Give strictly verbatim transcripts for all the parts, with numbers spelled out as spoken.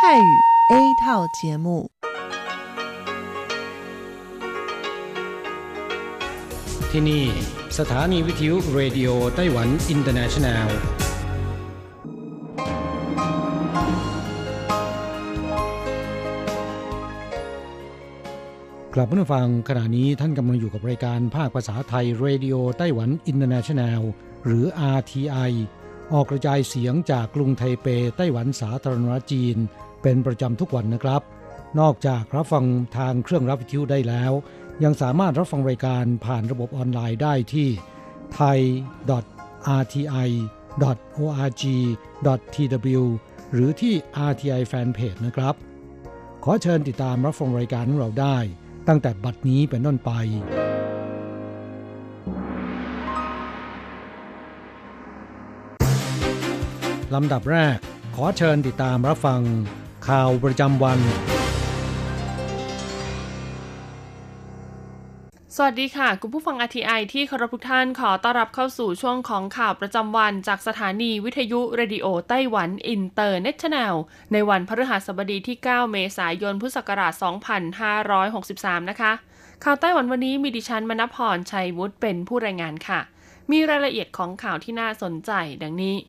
泰语 A 套节目ที่นี่สถานีวิทยุเรดิโอไต้หวันอินเตอร์เนชั่นแนลกลับมาฟังขณะนี้ท่านกำลังอยู่กับรายการภาคภาษาไทยเรดิโอไต้หวันอินเตอร์เนชั่นแนลหรือ อาร์ ที ไอ ออกกระจายเสียงจากกรุงไทเปไต้หวันสาธารณรัฐจีนเป็นประจำทุกวันนะครับนอกจากรับฟังทางเครื่องรับวิทยุได้แล้วยังสามารถรับฟังรายการผ่านระบบออนไลน์ได้ที่ ไทย ดอท อาร์ ที ไอ ดอท โอ อาร์ จี ดอท ที ดับเบิลยู หรือที่ อาร์ ที ไอ Fanpage นะครับขอเชิญติดตามรับฟังรายการของเราได้ตั้งแต่บัดนี้เป็นต้นไปลำดับแรกขอเชิญติดตามรับฟังข่าวประจำวันสวัสดีค่ะคุณผู้ฟัง อาร์ ที ไอ ที่เคารพทุกท่านขอต้อนรับเข้าสู่ช่วงของข่าวประจำวันจากสถานีวิทยุเรดิโอไต้หวันอินเตอร์เนชั่นแนลในวันพฤหัสบดีที่เก้าเมษายนพุทธศักราชสองพันห้าร้อยหกสิบสามนะคะข่าวไต้หวันวันนี้มีดิฉันมณพรชัยวุฒิเป็นผู้รายงานค่ะมีรายละเอียดของข่าวที่น่าสนใจดังนี้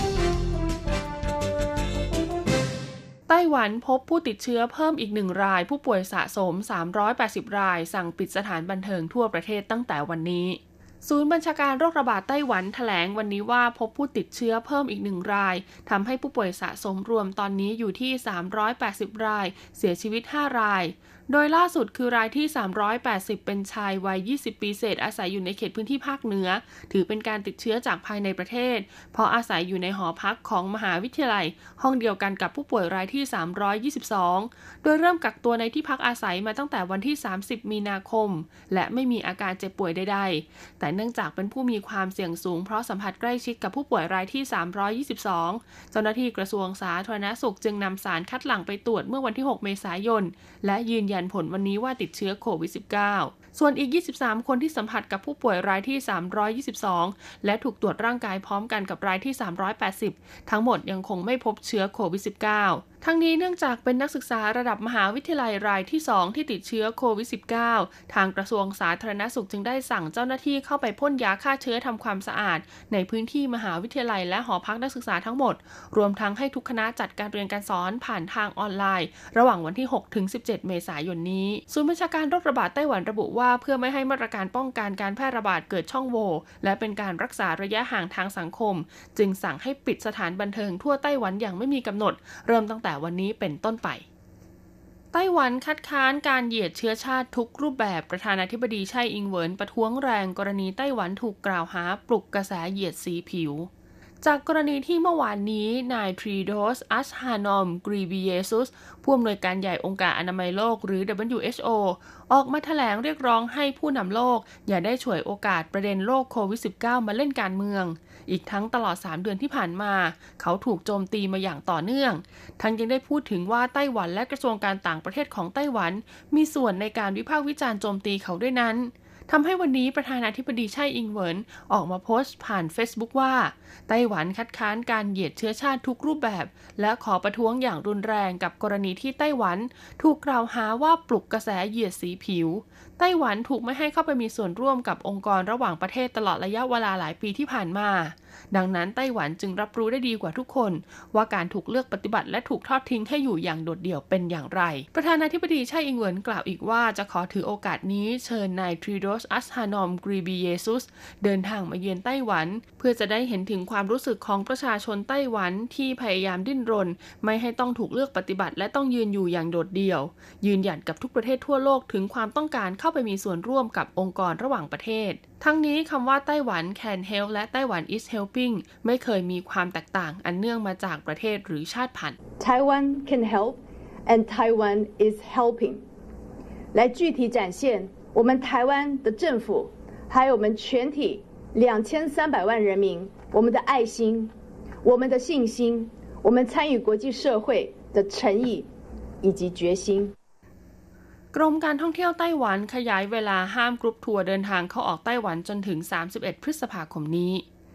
ไต้หวันพบผู้ติดเชื้อเพิ่มอีกหนึ่งรายผู้ป่วยสะสมสามร้อยแปดสิบรายสั่งปิดสถานบันเทิงทั่วประเทศตั้งแต่วันนี้ศูนย์บัญชาการโรคระบาดไต้หวันแถลงวันนี้ว่าพบผู้ติดเชื้อเพิ่มอีกหนึ่งรายทำให้ผู้ป่วยสะสมรวมตอนนี้อยู่ที่สามร้อยแปดสิบรายเสียชีวิตห้ารายโดยล่าสุดคือรายที่สามร้อยแปดสิบเป็นชายวัยยี่สิบปีเศษอาศัยอยู่ในเขตพื้นที่ภาคเหนือถือเป็นการติดเชื้อจากภายในประเทศเพราะอาศัยอยู่ในหอพักของมหาวิทยาลัยห้องเดียวกันกับผู้ป่วยรายที่สามร้อยยี่สิบสองโดยเริ่มกักตัวในที่พักอาศัยมาตั้งแต่วันที่สามสิบมีนาคมและไม่มีอาการเจ็บป่วยใดๆแต่เนื่องจากเป็นผู้มีความเสี่ยงสูงเพราะสัมผัสใกล้ชิดกับผู้ป่วยรายที่สามร้อยยี่สิบสองเจ้าหน้าที่กระทรวงสาธารณสุขจึงนำสารคัดหลั่งไปตรวจเมื่อวันที่หกเมษายนและยืนยันผลวันนี้ว่าติดเชื้อโควิด สิบเก้า ส่วนอีกยี่สิบสามคนที่สัมผัสกับผู้ป่วยรายที่สามร้อยยี่สิบสองและถูกตรวจร่างกายพร้อมกันกับรายที่สามร้อยแปดสิบทั้งหมดยังคงไม่พบเชื้อโควิด สิบเก้า ทั้งนี้เนื่องจากเป็นนักศึกษาระดับมหาวิทยาลัยรายที่สองที่ติดเชื้อโควิด สิบเก้า ทางกระทรวงสาธารณสุขจึงได้สั่งเจ้าหน้าที่เข้าไปพ่นยาฆ่าเชื้อทำความสะอาดในพื้นที่มหาวิทยาลัยและหอพักนักศึกษาทั้งหมดรวมทั้งให้ทุกคณะจัดการเรียนการสอนผ่านทางออนไลน์ระหว่างวันที่หกถึงสิบเจ็ดเมษายนนี้ศูนย์บัญชาการโรคระบาดไต้หวันระบุว่าเพื่อไม่ให้มาตรการป้องกันการแพร่ระบาดเกิดช่องโหว่และเป็นการรักษาระยะห่างทางสังคมจึงสั่งให้ปิดสถานบันเทิงทั่วไต้หวันอย่างไม่มีกำหนดเริ่มตั้งแต่วันนี้เป็นต้นไปไต้หวันคัดค้านการเหยียดเชื้อชาติทุกรูปแบบประธานาธิบดีไช่อิงเหวินประท้วงแรงกรณีไต้หวันถูกกล่าวหาปลุกกระแสเหยียดสีผิวจากกรณีที่เมื่อวานนี้นายทรีโดส อัชฮานอม กรีบิเยซุสผู้อำนวยการใหญ่องค์การอนามัยโลกหรือ ดับเบิลยู เอช โอ ออกมาแถลงเรียกร้องให้ผู้นำโลกอย่าได้ฉวยโอกาสประเด็นโรคโควิด สิบเก้า มาเล่นการเมืองอีกทั้งตลอดสามเดือนที่ผ่านมาเขาถูกโจมตีมาอย่างต่อเนื่องทั้งยังได้พูดถึงว่าไต้หวันและกระทรวงการต่างประเทศของไต้หวันมีส่วนในการวิพากษ์วิจารณ์โจมตีเขาด้วยนั้นทำให้วันนี้ประธานาธิบดีไช่อิงเหวินออกมาโพสต์ผ่าน Facebook ว่าไต้หวันคัดค้านการเหยียดเชื้อชาติทุกรูปแบบและขอประท้วงอย่างรุนแรงกับกรณีที่ไต้หวันถูกกล่าวหาว่าปลุกกระแสเหยียดสีผิวไต้หวันถูกไม่ให้เข้าไปมีส่วนร่วมกับองค์กรระหว่างประเทศตลอดระยะเวลาหลายปีที่ผ่านมาดังนั้นไต้หวันจึงรับรู้ได้ดีกว่าทุกคนว่าการถูกเลือกปฏิบัติและถูกทอดทิ้งให้อยู่อย่างโดดเดี่ยวเป็นอย่างไรประธานาธิบดีไช่อิงเหวินกล่าวอีกว่าจะขอถือโอกาสนี้เชิญนายทรีโดส อัชฮานอม กรีบิเยซุสเดินทางมาเยือนไต้หวันเพื่อจะได้เห็นถึงความรู้สึกของประชาชนไต้หวันที่พยายามดิ้นรนไม่ให้ต้องถูกเลือกปฏิบัติและต้องยืนอยู่อย่างโดดเดี่ยวยืนหยัดกับทุกประเทศทั่วโลกถึงความต้องการเข้าไปมีส่วนร่วมกับองค์กรระหว่างประเทศทั้งนี้คำว่าไต้หวัน can help และไต้หวัน is helping ไม่เคยมีความแตกต่างอันเนื่องมาจากประเทศหรือชาติพันธุ์ Taiwan can help and Taiwan is helping 来具体展现我们台湾的政府还有我们全体两千三百万人民我们的爱心我们的信心我们参与国际社会的诚意以及决心กรมการท่องเที่ยวไต้หวันขยายเวลาห้ามกรุ๊ปทัวร์เดินทางเข้าออกไต้หวันจนถึงสามสิบเอ็ดพฤษภาคมนี้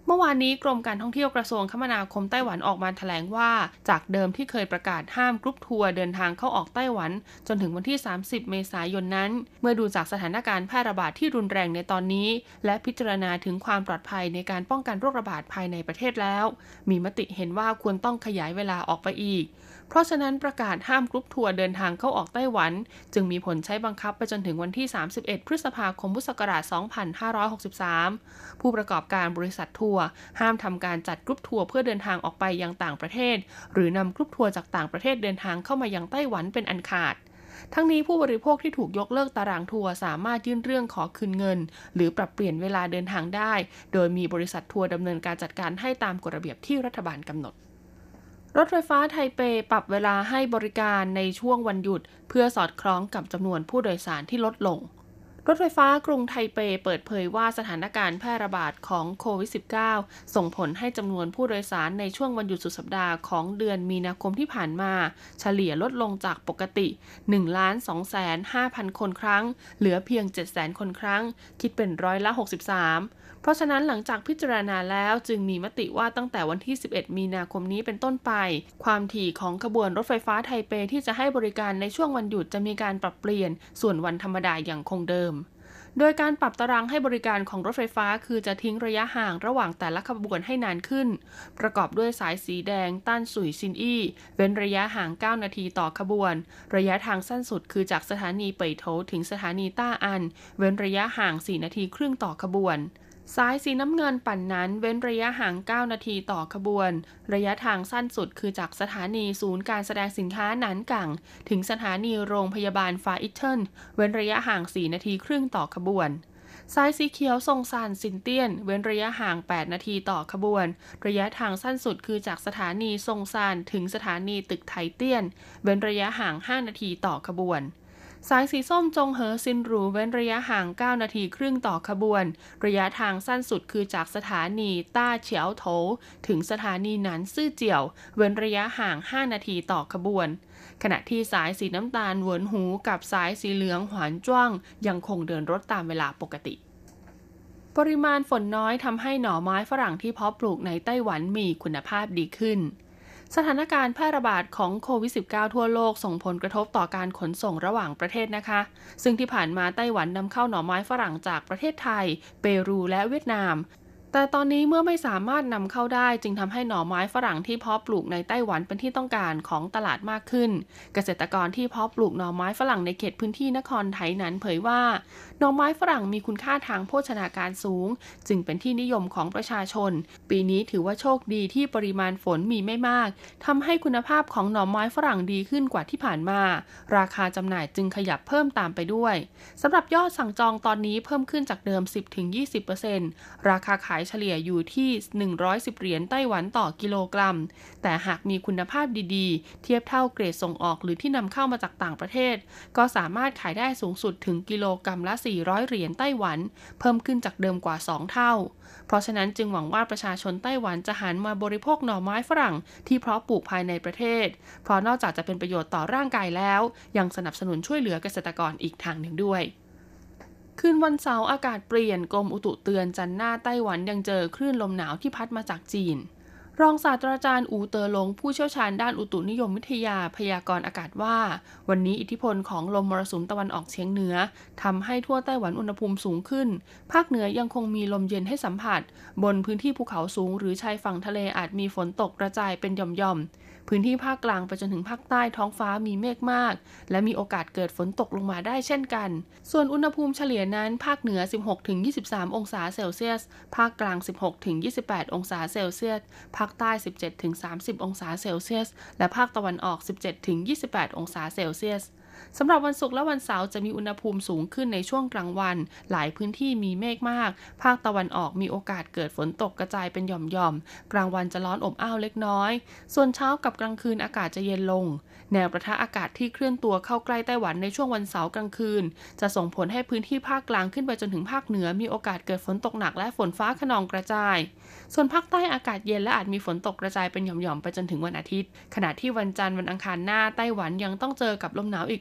เมื่อวานนี้กรมการท่องเที่ยวกระทรวงคมนาคมไต้หวันออกมาแถลงว่าจากเดิมที่เคยประกาศห้ามกรุ๊ปทัวร์เดินทางเข้าออกไต้หวันจนถึงวันที่สามสิบเมษายนนั้นเมื่อดูจากสถานการณ์แพร่ระบาดที่รุนแรงในตอนนี้และพิจารณาถึงความปลอดภัยในการป้องกันโรคระบาดภายในประเทศแล้วมีมติเห็นว่าควรต้องขยายเวลาออกไปอีกเพราะฉะนั้นประกาศห้ามกรุ๊ปทัวร์เดินทางเข้าออกไต้หวันจึงมีผลใช้บังคับไปจนถึงวันที่สามสิบเอ็ดพฤษภาคมพุทธศักราชสองพันห้าร้อยหกสิบสามผู้ประกอบการบริษัททัวร์ห้ามทำการจัดกรุ๊ปทัวร์เพื่อเดินทางออกไปยังต่างประเทศหรือนำกรุ๊ปทัวร์จากต่างประเทศเดินทางเข้ามายังไต้หวันเป็นอันขาดทั้งนี้ผู้บริโภคที่ถูกยกเลิกตารางทัวร์สามารถยื่นเรื่องขอคืนเงินหรือปรับเปลี่ยนเวลาเดินทางได้โดยมีบริษัททัวร์ดำเนินการจัดการให้ตามกฎระเบียบที่รัฐบาลกำหนดรถไฟฟ้าไทเปปรับเวลาให้บริการในช่วงวันหยุดเพื่อสอดคล้องกับจำนวนผู้โดยสารที่ลดลงรถไฟฟ้ากรุงไทเปเปิดเผยว่าสถานการณ์แพร่ระบาดของโควิด สิบเก้า ส่งผลให้จำนวนผู้โดยสารในช่วงวันหยุดสุดสัปดาห์ของเดือนมีนาคมที่ผ่านมาเฉลี่ยลดลงจากปกติ หนึ่งล้านสองแสนห้าพัน คนครั้งเหลือเพียง เจ็ดแสน คนครั้งคิดเป็นร้อยละหกสิบสามเพราะฉะนั้นหลังจากพิจารณาแล้วจึงมีมติว่าตั้งแต่วันที่สิบเอ็ดมีนาคมนี้เป็นต้นไปความถี่ของขบวนรถไฟฟ้าไทเปที่จะให้บริการในช่วงวันหยุดจะมีการปรับเปลี่ยนส่วนวันธรรมดาอย่างคงเดิมโดยการปรับตารางให้บริการของรถไฟฟ้าคือจะทิ้งระยะห่างระหว่างแต่ละขบวนให้นานขึ้นประกอบด้วยสายสีแดงต้านสุยซินอี้เว้นระยะห่างเก้านาทีต่อขบวนระยะทางสั้นสุดคือจากสถานีเป่ยโถถึงสถานีต้าอันเว้นระยะห่างสี่นาทีครึ่งต่อขบวนสายสีน้ำเงินปั่นนั้นเว้นระยะห่างเก้านาทีต่อขบวนระยะทางสั้นสุดคือจากสถานีศูนย์การแสดงสินค้าหนานกั่งถึงสถานีโรงพยาบาลฟาอิเทิลเว้นระยะห่างสี่นาทีครึ่งต่อขบวนสายสีเขียวซงซานซินเตี้ยนเว้นระยะห่างแปดนาทีต่อขบวนระยะทางสั้นสุดคือจากสถานีซงซานถึงสถานีตึกไถเตี้ยนเว้นระยะห่างห้านาทีต่อขบวนสายสีส้มจงเหอซินหรูเว้นระยะห่างเก้านาทีครึ่งต่อขบวนระยะทางสั้นสุดคือจากสถานีต้าเฉียวโถถึงสถานีหนานซื่อเจียวเว้นระยะห่างห้านาทีต่อขบวนขณะที่สายสีน้ำตาลเหวินหูกับสายสีเหลืองหวานจ้วงยังคงเดินรถตามเวลาปกติปริมาณฝนน้อยทำให้หน่อไม้ฝรั่งที่เพาะปลูกในไต้หวันมีคุณภาพดีขึ้นสถานการณ์แพร่ระบาดของโควิด สิบเก้า ทั่วโลกส่งผลกระทบต่อการขนส่งระหว่างประเทศนะคะซึ่งที่ผ่านมาไต้หวันนำเข้าหน่อไม้ฝรั่งจากประเทศไทยเปรูและเวียดนามแต่ตอนนี้เมื่อไม่สามารถนำเข้าได้จึงทำให้หน่อไม้ฝรั่งที่เพาะปลูกในไต้หวันเป็นที่ต้องการของตลาดมากขึ้นเกษตรกรที่เพาะปลูกหน่อไม้ฝรั่งในเขตพื้นที่นครไถหนานเผยว่าหน่อไม้ฝรั่งมีคุณค่าทางโภชนาการสูงจึงเป็นที่นิยมของประชาชนปีนี้ถือว่าโชคดีที่ปริมาณฝนมีไม่มากทำให้คุณภาพของหน่อไม้ฝรั่งดีขึ้นกว่าที่ผ่านมาราคาจำหน่ายจึงขยับเพิ่มตามไปด้วยสำหรับยอดสั่งจองตอนนี้เพิ่มขึ้นจากเดิม สิบถึงยี่สิบเปอร์เซ็นต์ ราคาขายเฉลี่ยอยู่ที่หนึ่งร้อยสิบเหรียญไต้หวันต่อกิโลกรัมแต่หากมีคุณภาพดีๆเทียบเท่าเกรดส่งออกหรือที่นำเข้ามาจากต่างประเทศก็สามารถขายได้สูงสุดถึงกิโลกรัมละสี่ร้อยเหรียญไต้หวันเพิ่มขึ้นจากเดิมกว่าสองเท่าเพราะฉะนั้นจึงหวังว่าประชาชนไต้หวันจะหันมาบริโภคหน่อไม้ฝรั่งที่เพาะปลูกภายในประเทศเพราะนอกจากจะเป็นประโยชน์ต่อร่างกายแล้วยังสนับสนุนช่วยเหลือเกษตรกรอีกทางหนึ่งด้วยคืนวันเสาร์อากาศเปลี่ยนกรมอุตุเตือนจันทร์หน้าไต้หวันยังเจอคลื่นลมหนาวที่พัดมาจากจีนรองศาสตราจารย์อูเตอหลงผู้เชี่ยวชาญด้านอุตุนิยมวิทยาพยากรณ์อากาศว่าวันนี้อิทธิพลของลมมรสุมตะวันออกเฉียงเหนือทำให้ทั่วไต้หวันอุณหภูมิสูงขึ้นภาคเหนือยังคงมีลมเย็นให้สัมผัสบนพื้นที่ภูเขาสูงหรือชายฝั่งทะเลอาจมีฝนตกกระจายเป็นหย่อมๆพื้นที่ภาคกลางไปจนถึงภาคใต้ท้องฟ้ามีเมฆมากและมีโอกาสเกิดฝนตกลงมาได้เช่นกันส่วนอุณหภูมิเฉลี่ยนั้นภาคเหนือ สิบหกถึงยี่สิบสาม องศาเซลเซียสภาคกลาง สิบหกถึงยี่สิบแปด องศาเซลเซียสภาคใต้ สิบเจ็ดถึงสามสิบ องศาเซลเซียสและภาคตะวันออก สิบเจ็ดถึงยี่สิบแปด องศาเซลเซียสสำหรับวันศุกร์และวันเสาร์จะมีอุณหภูมิสูงขึ้นในช่วงกลางวันหลายพื้นที่มีเมฆมากภาคตะวันออกมีโอกาสเกิดฝนตกกระจายเป็นหย่อมๆกลางวันจะร้อนอบอ้าวเล็กน้อยส่วนเช้ากับกลางคืนอากาศจะเย็นลงแนวปะทะอากาศที่เคลื่อนตัวเข้าใกล้ไต้หวันในช่วงวันเสาร์กลางคืนจะส่งผลให้พื้นที่ภาคกลางขึ้นไปจนถึงภาคเหนือมีโอกาสเกิดฝนตกหนักและฝนฟ้าคะนองกระจายส่วนภาคใต้อากาศเย็นและอาจมีฝนตกกระจายเป็นหย่อมๆไปจนถึงวันอาทิตย์ขณะที่วันจันทร์วันอังคารหน้าไต้หวันยังต้องเจอกับลมหนาวอีก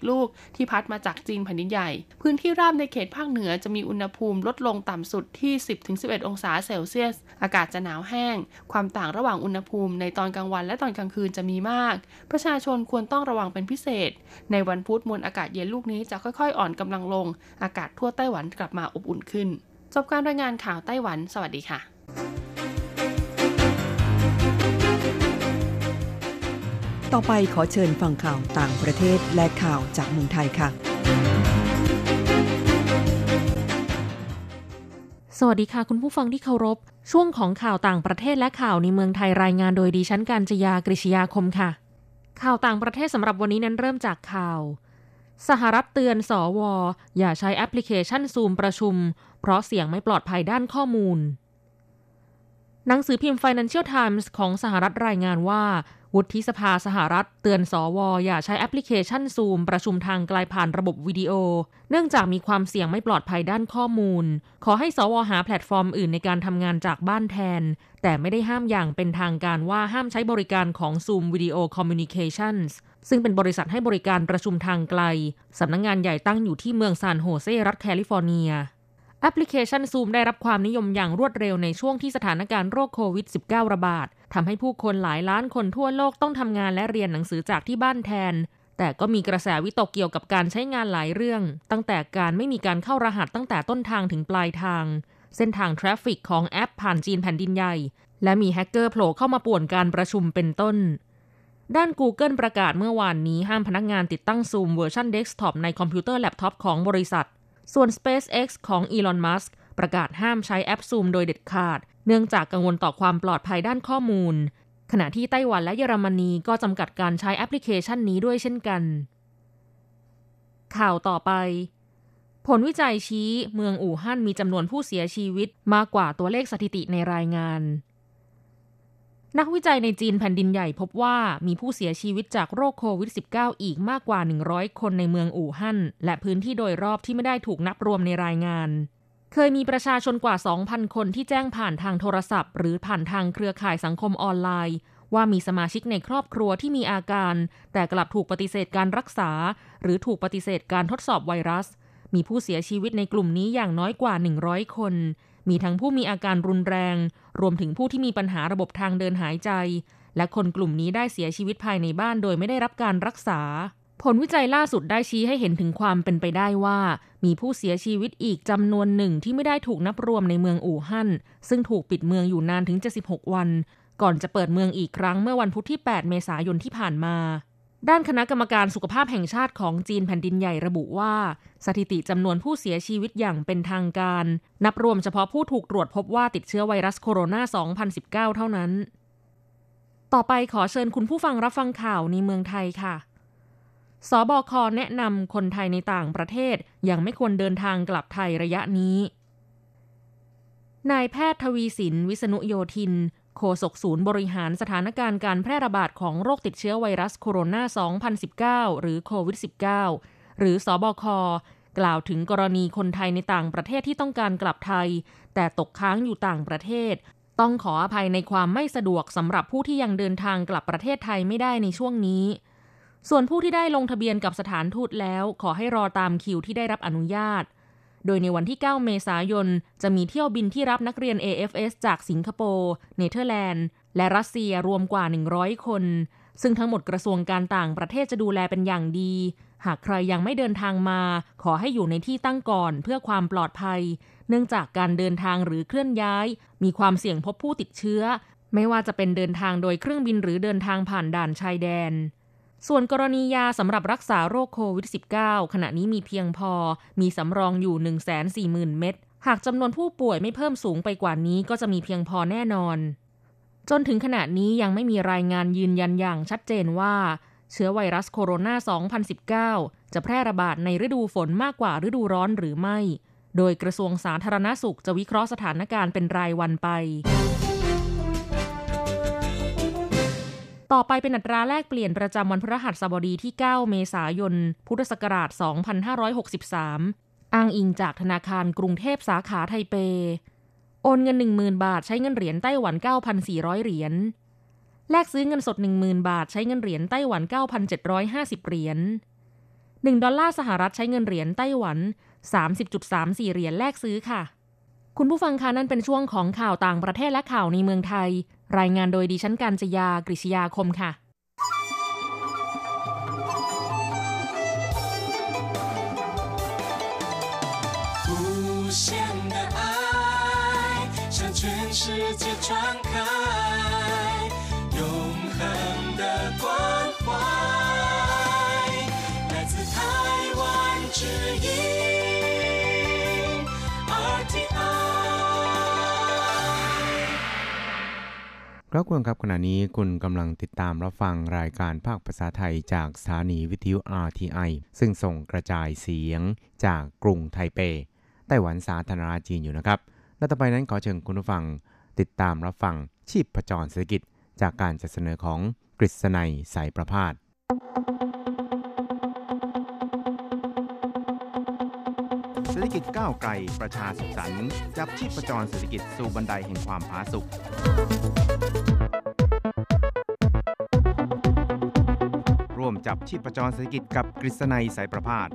ลูกที่พัดมาจากจีนแผ่นดินใหญ่พื้นที่ราบในเขตภาคเหนือจะมีอุณหภูมิลดลงต่ำสุดที่ สิบถึงสิบเอ็ด องศาเซลเซียสอากาศจะหนาวแห้งความต่างระหว่างอุณหภูมิในตอนกลางวันและตอนกลางคืนจะมีมากประชาชนควรต้องระวังเป็นพิเศษในวันพุธมวลอากาศเย็นลูกนี้จะค่อยๆอ่อนกำลังลงอากาศทั่วไต้หวันกลับมาอบอุ่นขึ้นจบการรายงานข่าวไต้หวันสวัสดีค่ะต่อไปขอเชิญฟังข่าวต่างประเทศและข่าวจากเมืองไทยค่ะสวัสดีค่ะคุณผู้ฟังที่เคารพช่วงของข่าวต่างประเทศและข่าวในเมืองไทยรายงานโดยดิฉันกาญจยากฤษยาคมค่ะข่าวต่างประเทศสำหรับวันนี้นั้นเริ่มจากข่าวสหรัฐเตือนสวอย่าใช้แอปพลิเคชันซูมประชุมเพราะเสี่ยงไม่ปลอดภัยด้านข้อมูลหนังสือพิมพ์ Financial Times ของสหรัฐรายงานว่าวุฒิสภาสหรัฐเตือนสวอย่าใช้แอปพลิเคชันซูมประชุมทางไกลผ่านระบบวิดีโอเนื่องจากมีความเสี่ยงไม่ปลอดภัยด้านข้อมูลขอให้สวหาแพลตฟอร์มอื่นในการทำงานจากบ้านแทนแต่ไม่ได้ห้ามอย่างเป็นทางการว่าห้ามใช้บริการของ Zoom Video Communications ซึ่งเป็นบริษัทให้บริการประชุมทางไกลสำนักงานใหญ่ตั้งอยู่ที่เมืองซานโฮเซรัฐแคลิฟอร์เนียแอปพลิเคชัน Zoom ได้รับความนิยมอย่างรวดเร็วในช่วงที่สถานการณ์โรคโควิด สิบเก้า ระบาดทำให้ผู้คนหลายล้านคนทั่วโลกต้องทำงานและเรียนหนังสือจากที่บ้านแทนแต่ก็มีกระแสวิตกเกี่ยวกับการใช้งานหลายเรื่องตั้งแต่การไม่มีการเข้ารหัสตั้งแต่ต้นทางถึงปลายทางเส้นทางทราฟฟิกของแอปผ่านจีนแผ่นดินใหญ่และมีแฮกเกอร์โผล่เข้ามาป่วนการประชุมเป็นต้นด้าน Google ประกาศเมื่อวานนี้ห้ามพนักงานติดตั้ง Zoom เวอร์ชันเดสก์ท็อปในคอมพิวเตอร์แล็ปท็อปของบริษัทส่วน SpaceX ของ Elon Musk ประกาศห้ามใช้แอป Zoom โดยเด็ดขาดเนื่องจากกังวลต่อความปลอดภัยด้านข้อมูลขณะที่ไต้หวันและเยอรมนีก็จำกัดการใช้แอปพลิเคชันนี้ด้วยเช่นกันข่าวต่อไปผลวิจัยชี้เมืองอู่ฮั่นมีจำนวนผู้เสียชีวิตมากกว่าตัวเลขสถิติในรายงานนักวิจัยในจีนแผ่นดินใหญ่พบว่ามีผู้เสียชีวิตจากโรคโควิด สิบเก้า อีกมากกว่าหนึ่งร้อยคนในเมืองอู่ฮั่นและพื้นที่โดยรอบที่ไม่ได้ถูกนับรวมในรายงานเคยมีประชาชนกว่า สองพัน คนที่แจ้งผ่านทางโทรศัพท์หรือผ่านทางเครือข่ายสังคมออนไลน์ว่ามีสมาชิกในครอบครัวที่มีอาการแต่กลับถูกปฏิเสธการรักษาหรือถูกปฏิเสธการทดสอบไวรัสมีผู้เสียชีวิตในกลุ่มนี้อย่างน้อยกว่าหนึ่งร้อยคนมีทั้งผู้มีอาการรุนแรงรวมถึงผู้ที่มีปัญหาระบบทางเดินหายใจและคนกลุ่มนี้ได้เสียชีวิตภายในบ้านโดยไม่ได้รับการรักษาผลวิจัยล่าสุดได้ชี้ให้เห็นถึงความเป็นไปได้ว่ามีผู้เสียชีวิตอีกจำนวนหนึ่งที่ไม่ได้ถูกนับรวมในเมืองอู่ฮั่นซึ่งถูกปิดเมืองอยู่นานถึงเจ็ดสิบหกวันก่อนจะเปิดเมืองอีกครั้งเมื่อวันพุธที่แปดเมษายนที่ผ่านมาด้านคณะกรรมการสุขภาพแห่งชาติของจีนแผ่นดินใหญ่ระบุว่าสถิติจำนวนผู้เสียชีวิตอย่างเป็นทางการนับรวมเฉพาะผู้ถูกตรวจพบว่าติดเชื้อไวรัสโคโรนา สองพันสิบเก้า เท่านั้นต่อไปขอเชิญคุณผู้ฟังรับฟังข่าวในเมืองไทยค่ะสบค.แนะนำคนไทยในต่างประเทศยังไม่ควรเดินทางกลับไทยระยะนี้นายแพทย์ทวีสินวิษณุโยธินโฆษกศูนย์บริหารสถานการณ์การแพร่ระบาดของโรคติดเชื้อไวรัสโคโรนา สองพันสิบเก้า หรือโควิด สิบเก้า หรือสบค.กล่าวถึงกรณีคนไทยในต่างประเทศที่ต้องการกลับไทยแต่ตกค้างอยู่ต่างประเทศต้องขออภัยในความไม่สะดวกสำหรับผู้ที่ยังเดินทางกลับประเทศไทยไม่ได้ในช่วงนี้ส่วนผู้ที่ได้ลงทะเบียนกับสถานทูตแล้วขอให้รอตามคิวที่ได้รับอนุญาตโดยในวันที่เก้าเมษายนจะมีเที่ยวบินที่รับนักเรียน เอ เอฟ เอส จากสิงคโปร์เนเธอร์แลนด์และรัสเซียรวมกว่าหนึ่งร้อยคนซึ่งทั้งหมดกระทรวงการต่างประเทศจะดูแลเป็นอย่างดีหากใครยังไม่เดินทางมาขอให้อยู่ในที่ตั้งก่อนเพื่อความปลอดภัยเนื่องจากการเดินทางหรือเคลื่อนย้ายมีความเสี่ยงพบผู้ติดเชื้อไม่ว่าจะเป็นเดินทางโดยเครื่องบินหรือเดินทางผ่านด่านชายแดนส่วนกรณียาสำหรับรักษาโรคโควิด สิบเก้า ขณะนี้มีเพียงพอมีสำรองอยู่ หนึ่งแสนสี่หมื่น เม็ดหากจำนวนผู้ป่วยไม่เพิ่มสูงไปกว่านี้ก็จะมีเพียงพอแน่นอนจนถึงขณะนี้ยังไม่มีรายงานยืนยันอย่างชัดเจนว่าเชื้อไวรัสโคโรนา สองพันสิบเก้า จะแพร่ระบาดในฤดูฝนมากกว่าฤดูร้อนหรือไม่โดยกระทรวงสาธารณสุขจะวิเคราะห์สถานการณ์เป็นรายวันไปต่อไปเป็นอัตราแลกเปลี่ยนประจำวันพฤหัสบดีที่เก้าเมษายนพุทธศักราชสองพันห้าร้อยหกสิบสามอ้างอิงจากธนาคารกรุงเทพสาขาไทเปโอนเงิน หนึ่งหมื่น บาทใช้เงินเหรียญไต้หวัน เก้าพันสี่ร้อย เหรียญแลกซื้อเงินสด หนึ่งหมื่น บาทใช้เงินเหรียญไต้หวัน เก้าพันเจ็ดร้อยห้าสิบ เหรียญหนึ่งดอลลาร์สหรัฐใช้เงินเหรียญไต้หวัน สามสิบจุดสามสี่ เหรียญแลกซื้อค่ะคุณผู้ฟังคะนั่นเป็นช่วงของข่าวต่างประเทศและข่าวในเมืองไทยรายงานโดยดิฉันกัญจยากฤษยาคมค่ะ世界传开永恒的关怀来自台湾之音 อาร์ ที ไอครับคุณครับขณะนี้คุณกำลังติดตามรับฟังรายการภาคภาษาไทยจากสถานีวิทยุ อาร์ ที ไอ ซึ่งส่งกระจายเสียงจากกรุงไทเปไต้หวันสาธารณรัฐจีนอยู่นะครับและต่อไปนั้นขอเชิญคุณผู้ฟังติดตามรับฟังชีพจรเศรษฐกิจจากการจัดเสนอของกฤษณัยสายประภาสเศรษฐกิจก้าวไกลประชาสุขสันต์จับชีพจรเศรษฐกิจสู่บันไดแห่งความผาสุกร่วมจับชีพจรเศรษฐกิจกับกฤษณัยสายประภาส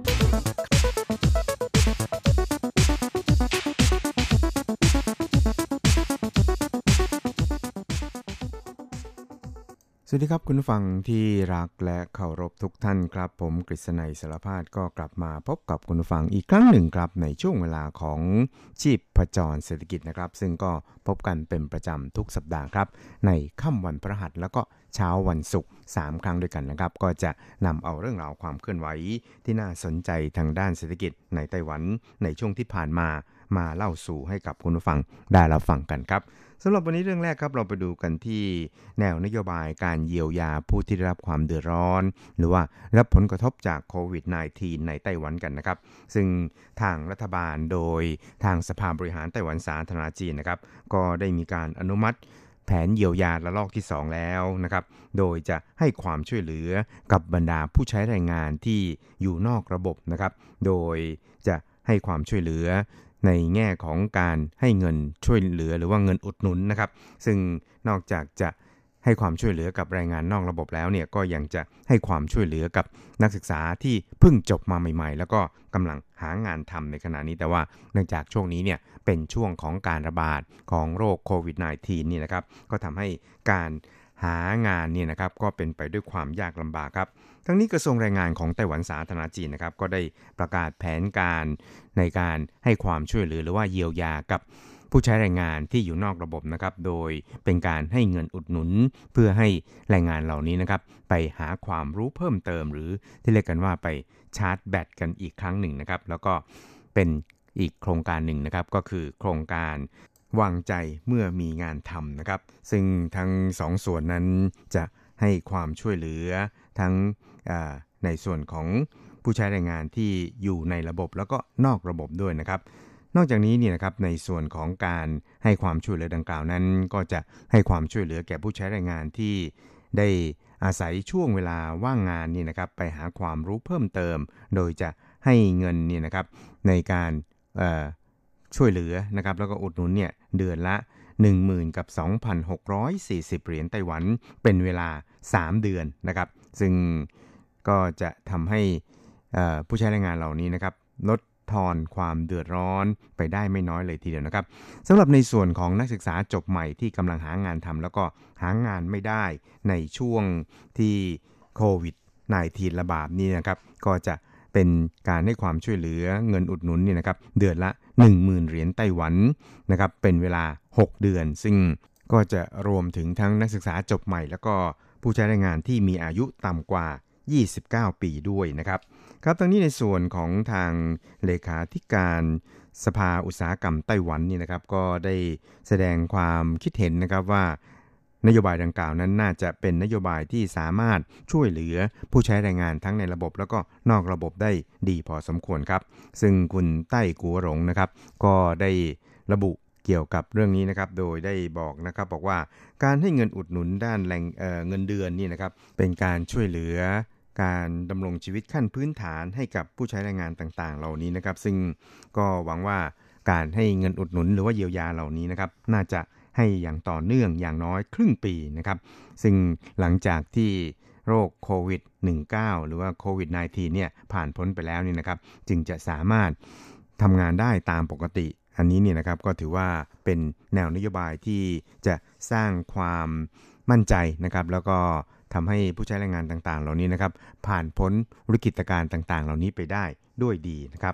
สวัสดีครับคุณผู้ฟังที่รักและเคารพทุกท่านครับผมกฤษณัยสารพาดก็กลับมาพบกับคุณผู้ฟังอีกครั้งหนึ่งครับในช่วงเวลาของชีพจรเศรษฐกิจนะครับซึ่งก็พบกันเป็นประจำทุกสัปดาห์ครับในค่ำวันพฤหัสแล้วก็เช้าวันศุกร์สามครั้งด้วยกันนะครับก็จะนำเอาเรื่องราวความเคลื่อนไหวที่น่าสนใจทางด้านเศรษฐกิจในไต้หวันในช่วงที่ผ่านมามาเล่าสู่ให้กับคุณผู้ฟังได้รับฟังกันครับสำหรับวันนี้เรื่องแรกครับเราไปดูกันที่แนวนโยบายการเยียวยาผู้ที่ได้รับความเดือดร้อนหรือว่ารับผลกระทบจากโควิด สิบเก้า ในไต้หวันกันนะครับซึ่งทางรัฐบาลโดยทางสภาบริหารไต้หวันสาธารณรัฐจีนนะครับก็ได้มีการอนุมัติแผนเยียวยาระลอกที่สองแล้วนะครับโดยจะให้ความช่วยเหลือกับบรรดาผู้ใช้แรงงานที่อยู่นอกระบบนะครับโดยจะให้ความช่วยเหลือในแง่ของการให้เงินช่วยเหลือหรือว่าเงินอุดหนุนนะครับซึ่งนอกจากจะให้ความช่วยเหลือกับแรงงานนอกระบบแล้วเนี่ยก็ยังจะให้ความช่วยเหลือกับนักศึกษาที่เพิ่งจบมาใหม่ๆแล้วก็กำลังหางานทำในขณะนี้แต่ว่าเนื่องจากช่วงนี้เนี่ยเป็นช่วงของการระบาดของโรคโควิด สิบเก้า นี่นะครับก็ทำให้การหางานเนี่ยนะครับก็เป็นไปด้วยความยากลำบากครับทั้งนี้กระทรวงแรงงานของไต้หวันสาธารณรัฐจีนนะครับก็ได้ประกาศแผนการในการให้ความช่วยเหลือหรือว่าเยียวยากับผู้ใช้แรงงานที่อยู่นอกระบบนะครับโดยเป็นการให้เงินอุดหนุนเพื่อให้แรงงานเหล่านี้นะครับไปหาความรู้เพิ่มเติมหรือที่เรียกกันว่าไปชาร์จแบตกันอีกครั้งหนึ่งนะครับแล้วก็เป็นอีกโครงการหนึ่งนะครับก็คือโครงการวางใจเมื่อมีงานทำนะครับซึ่งทั้งสองส่วนนั้นจะให้ความช่วยเหลือทั้งในส่วนของผู้ใช้แรงงานที่อยู่ในระบบแล้วก็นอกระบบด้วยนะครับนอกจากนี้เนี่ยนะครับในส่วนของการให้ความช่วยเหลือดังกล่าวนั้นก็จะให้ความช่วยเหลือแก่ผู้ใช้แรงงานที่ได้อาศัยช่วงเวลาว่างงานนี่นะครับไปหาความรู้เพิ่มเติมโดยจะให้เงินเนี่ยนะครับในการช่วยเหลือนะครับแล้วก็อุดหนุนเนี่ยเดือนละ หนึ่งหมื่น กับ สองพันหกร้อยสี่สิบ เหรียญไต้หวันเป็นเวลาสามเดือนนะครับซึ่งก็จะทำให้ผู้ใช้แรงงานเหล่านี้นะครับลดทอนความเดือดร้อนไปได้ไม่น้อยเลยทีเดียวนะครับสำหรับในส่วนของนักศึกษาจบใหม่ที่กำลังหางานทำแล้วก็หางานไม่ได้ในช่วงที่โควิด สิบเก้า ระบาดนี่นะครับก็จะเป็นการให้ความช่วยเหลือเงินอุดหนุนนี่นะครับเดือนละ หนึ่งหมื่น เหรียญไต้หวันนะครับเป็นเวลาหกเดือนซึ่งก็จะรวมถึงทั้งนักศึกษาจบใหม่แล้วก็ผู้ใช้แรงงานที่มีอายุต่ำกว่ายี่สิบเก้าปีด้วยนะครับครับทั้งนี้ในส่วนของทางเลขาธิการสภาอุตสาหกรรมไต้หวันนี่นะครับก็ได้แสดงความคิดเห็นนะครับว่านโยบายดังกล่าวนั้นน่าจะเป็นนโยบายที่สามารถช่วยเหลือผู้ใช้แรงงานทั้งในระบบแล้วก็นอกระบบได้ดีพอสมควรครับซึ่งคุณไต้กัวหลงนะครับก็ได้ระบุเกี่ยวกับเรื่องนี้นะครับโดยได้บอกนะครับบอกว่าการให้เงินอุดหนุนด้านแรงเอ่อเงินเดือนนี่นะครับเป็นการช่วยเหลือการดำรงชีวิตขั้นพื้นฐานให้กับผู้ใช้แรงงานต่างๆเหล่านี้นะครับซึ่งก็หวังว่าการให้เงินอุดหนุนหรือว่าเยียวยาเหล่านี้นะครับน่าจะให้อย่างต่อเนื่องอย่างน้อยครึ่งปีนะครับซึ่งหลังจากที่โรคโควิด สิบเก้า หรือว่าโควิด สิบเก้า เนี่ยผ่านพ้นไปแล้วนี่นะครับจึงจะสามารถทำงานได้ตามปกติอันนี้เนี่ยนะครับก็ถือว่าเป็นแนวนโยบายที่จะสร้างความมั่นใจนะครับแล้วก็ทำให้ผู้ใช้แรงงานต่างๆเหล่านี้นะครับผ่านพ้นวิกฤตการณ์ต่างๆเหล่านี้ไปได้ด้วยดีนะครับ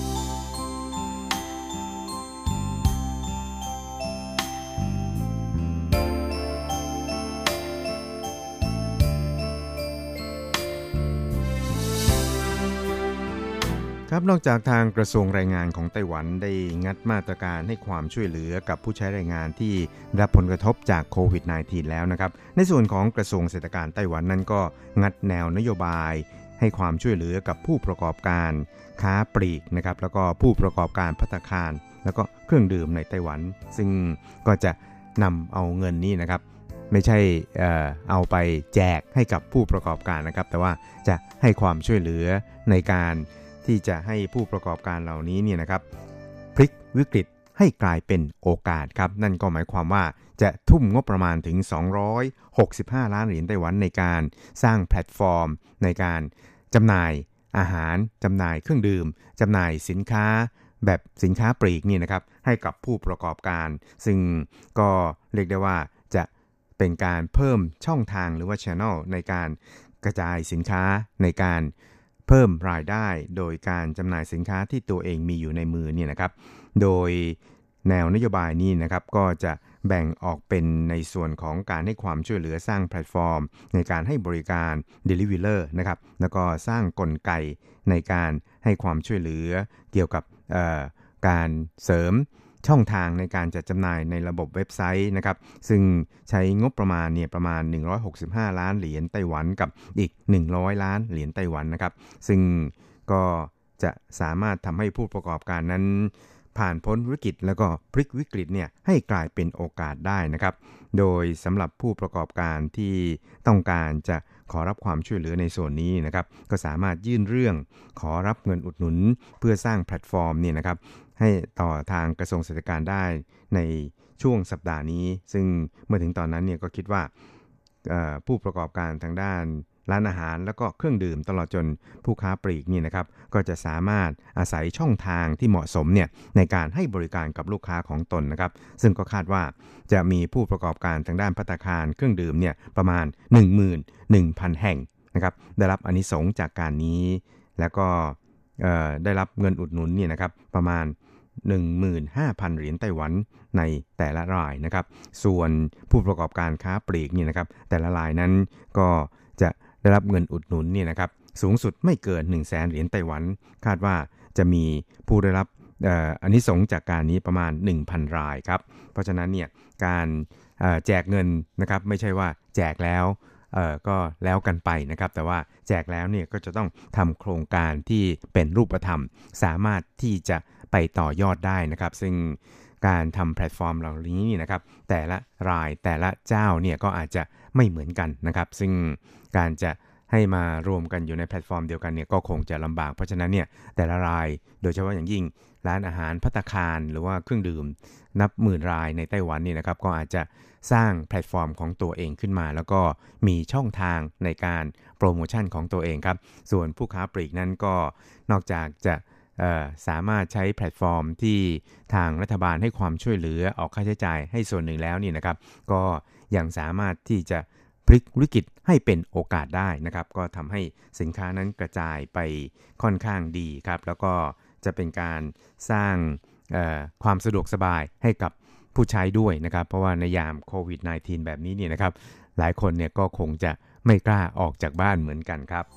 ครับนอกจากทางกระทรวงแรงงานของไต้หวันได้งัดมาตรการให้ความช่วยเหลือกับผู้ใช้แรงงานที่รับผลกระทบจากโควิด สิบเก้า แล้วนะครับในส่วนของกระทรวงเศรษฐกิจไต้หวันนั้นก็งัดแนวนโยบายให้ความช่วยเหลือกับผู้ประกอบการค้าปลีกนะครับแล้วก็ผู้ประกอบการภัตตาคารแล้วก็เครื่องดื่มในไต้หวันซึ่งก็จะนำเอาเงินนี้นะครับไม่ใช่ เอ่อ เอาไปแจกให้กับผู้ประกอบการนะครับแต่ว่าจะให้ความช่วยเหลือในการที่จะให้ผู้ประกอบการเหล่านี้เนี่ยนะครับพลิกวิกฤตให้กลายเป็นโอกาสครับนั่นก็หมายความว่าจะทุ่มงบประมาณถึงสองร้อยหกสิบห้าล้านเหรียญไต้หวันในการสร้างแพลตฟอร์มในการจำหน่ายอาหารจำหน่ายเครื่องดื่มจำหน่ายสินค้าแบบสินค้าปลีกนี่นะครับให้กับผู้ประกอบการซึ่งก็เรียกได้ว่าจะเป็นการเพิ่มช่องทางหรือว่า channel ในการกระจายสินค้าในการเพิ่มรายได้โดยการจำหน่ายสินค้าที่ตัวเองมีอยู่ในมือเนี่ยนะครับโดยแนวนโยบายนี้นะครับก็จะแบ่งออกเป็นในส่วนของการให้ความช่วยเหลือสร้างแพลตฟอร์มในการให้บริการ Delivery นะครับแล้วก็สร้างกลไกในการให้ความช่วยเหลือเกี่ยวกับการเสริมช่องทางในการจัดจำหน่ายในระบบเว็บไซต์นะครับซึ่งใช้งบประมาณเนี่ยประมาณหนึ่งร้อยหกสิบห้าล้านเหรียญไต้หวันกับอีกหนึ่งร้อยล้านเหรียญไต้หวันนะครับซึ่งก็จะสามารถทำให้ผู้ประกอบการนั้นผ่านพ้นวิกฤตแล้วก็พลิกวิกฤตเนี่ยให้กลายเป็นโอกาสได้นะครับโดยสำหรับผู้ประกอบการที่ต้องการจะขอรับความช่วยเหลือในส่วนนี้นะครับก็สามารถยื่นเรื่องขอรับเงินอุดหนุนเพื่อสร้างแพลตฟอร์มเนี่ยนะครับให้ต่อทางกระทรวงเศรษฐกิจได้ในช่วงสัปดาห์นี้ซึ่งเมื่อถึงตอนนั้นเนี่ยก็คิดว่าผู้ประกอบการทางด้านร้านอาหารแล้วก็เครื่องดื่มตลอดจนผู้ค้าปลีกนี่นะครับก็จะสามารถอาศัยช่องทางที่เหมาะสมเนี่ยในการให้บริการกับลูกค้าของตนนะครับซึ่งก็คาดว่าจะมีผู้ประกอบการทางด้านภัตตาคารเครื่องดื่มเนี่ยประมาณ หนึ่งหมื่นหนึ่งพัน แห่งนะครับได้รับอานิสงส์จากการนี้แล้วก็ได้รับเงินอุดหนุนเนี่ยนะครับประมาณ หนึ่งหมื่นห้าพัน เหรียญไต้หวันในแต่ละรายนะครับส่วนผู้ประกอบการค้าปลีกเนี่ยนะครับแต่ละรายนั้นก็จะได้รับเงินอุดหนุนเนี่ยนะครับสูงสุดไม่เกิน หนึ่งแสน เหรียญไต้หวันคาดว่าจะมีผู้ได้รับอานิสงส์จากการนี้ประมาณ หนึ่งพัน รายครับเพราะฉะนั้นเนี่ยการแจกเงินนะครับไม่ใช่ว่าแจกแล้วก็แล้วกันไปนะครับแต่ว่าแจกแล้วเนี่ยก็จะต้องทำโครงการที่เป็นรูปธรรมสามารถที่จะไปต่อยอดได้นะครับซึ่งการทำแพลตฟอร์มเหล่านี้นี่นะครับแต่ละรายแต่ละเจ้าเนี่ยก็อาจจะไม่เหมือนกันนะครับซึ่งการจะให้มารวมกันอยู่ในแพลตฟอร์มเดียวกันเนี่ยก็คงจะลำบากเพราะฉะนั้นเนี่ยแต่ละรายโดยเฉพาะอย่างยิ่งร้านอาหารภัตตาคารหรือว่าเครื่องดื่มนับหมื่นรายในไต้หวันนี่นะครับก็อาจจะสร้างแพลตฟอร์มของตัวเองขึ้นมาแล้วก็มีช่องทางในการโปรโมชั่นของตัวเองครับส่วนผู้ค้าปลีกนั้นก็นอกจากจะสามารถใช้แพลตฟอร์มที่ทางรัฐบาลให้ความช่วยเหลือออกค่าใช้จ่ายให้ส่วนหนึ่งแล้วนี่นะครับก็ยังสามารถที่จะพลิกวิกฤตให้เป็นโอกาสได้นะครับก็ทำให้สินค้านั้นกระจายไปค่อนข้างดีครับแล้วก็จะเป็นการสร้างความสะดวกสบายให้กับผู้ใช้ด้วยนะครับเพราะว่าในยามโควิด สิบเก้า แบบนี้เนี่ยนะครับหลายคนเนี่ยก็คงจะไม่กล้าออกจากบ้านเหมือนกันครับ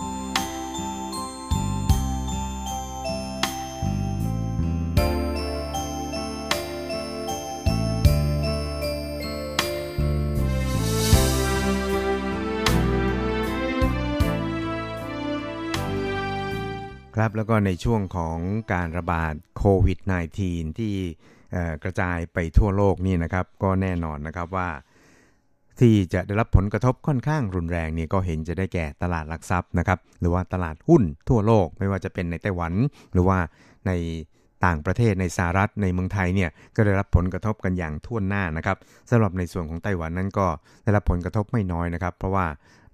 ครับแล้วก็ในช่วงของการระบาดโควิด สิบเก้า ที่กระจายไปทั่วโลกนี่นะครับก็แน่นอนนะครับว่าที่จะได้รับผลกระทบค่อนข้างรุนแรงนี่ก็เห็นจะได้แก่ตลาดหลักทรัพย์นะครับหรือว่าตลาดหุ้นทั่วโลกไม่ว่าจะเป็นในไต้หวันหรือว่าในต่างประเทศในสหรัฐในเมืองไทยเนี่ยก็ได้รับผลกระทบกันอย่างทั่วหน้านะครับสำหรับในส่วนของไต้หวันนั้นก็ได้รับผลกระทบไม่น้อยนะครับเพราะว่า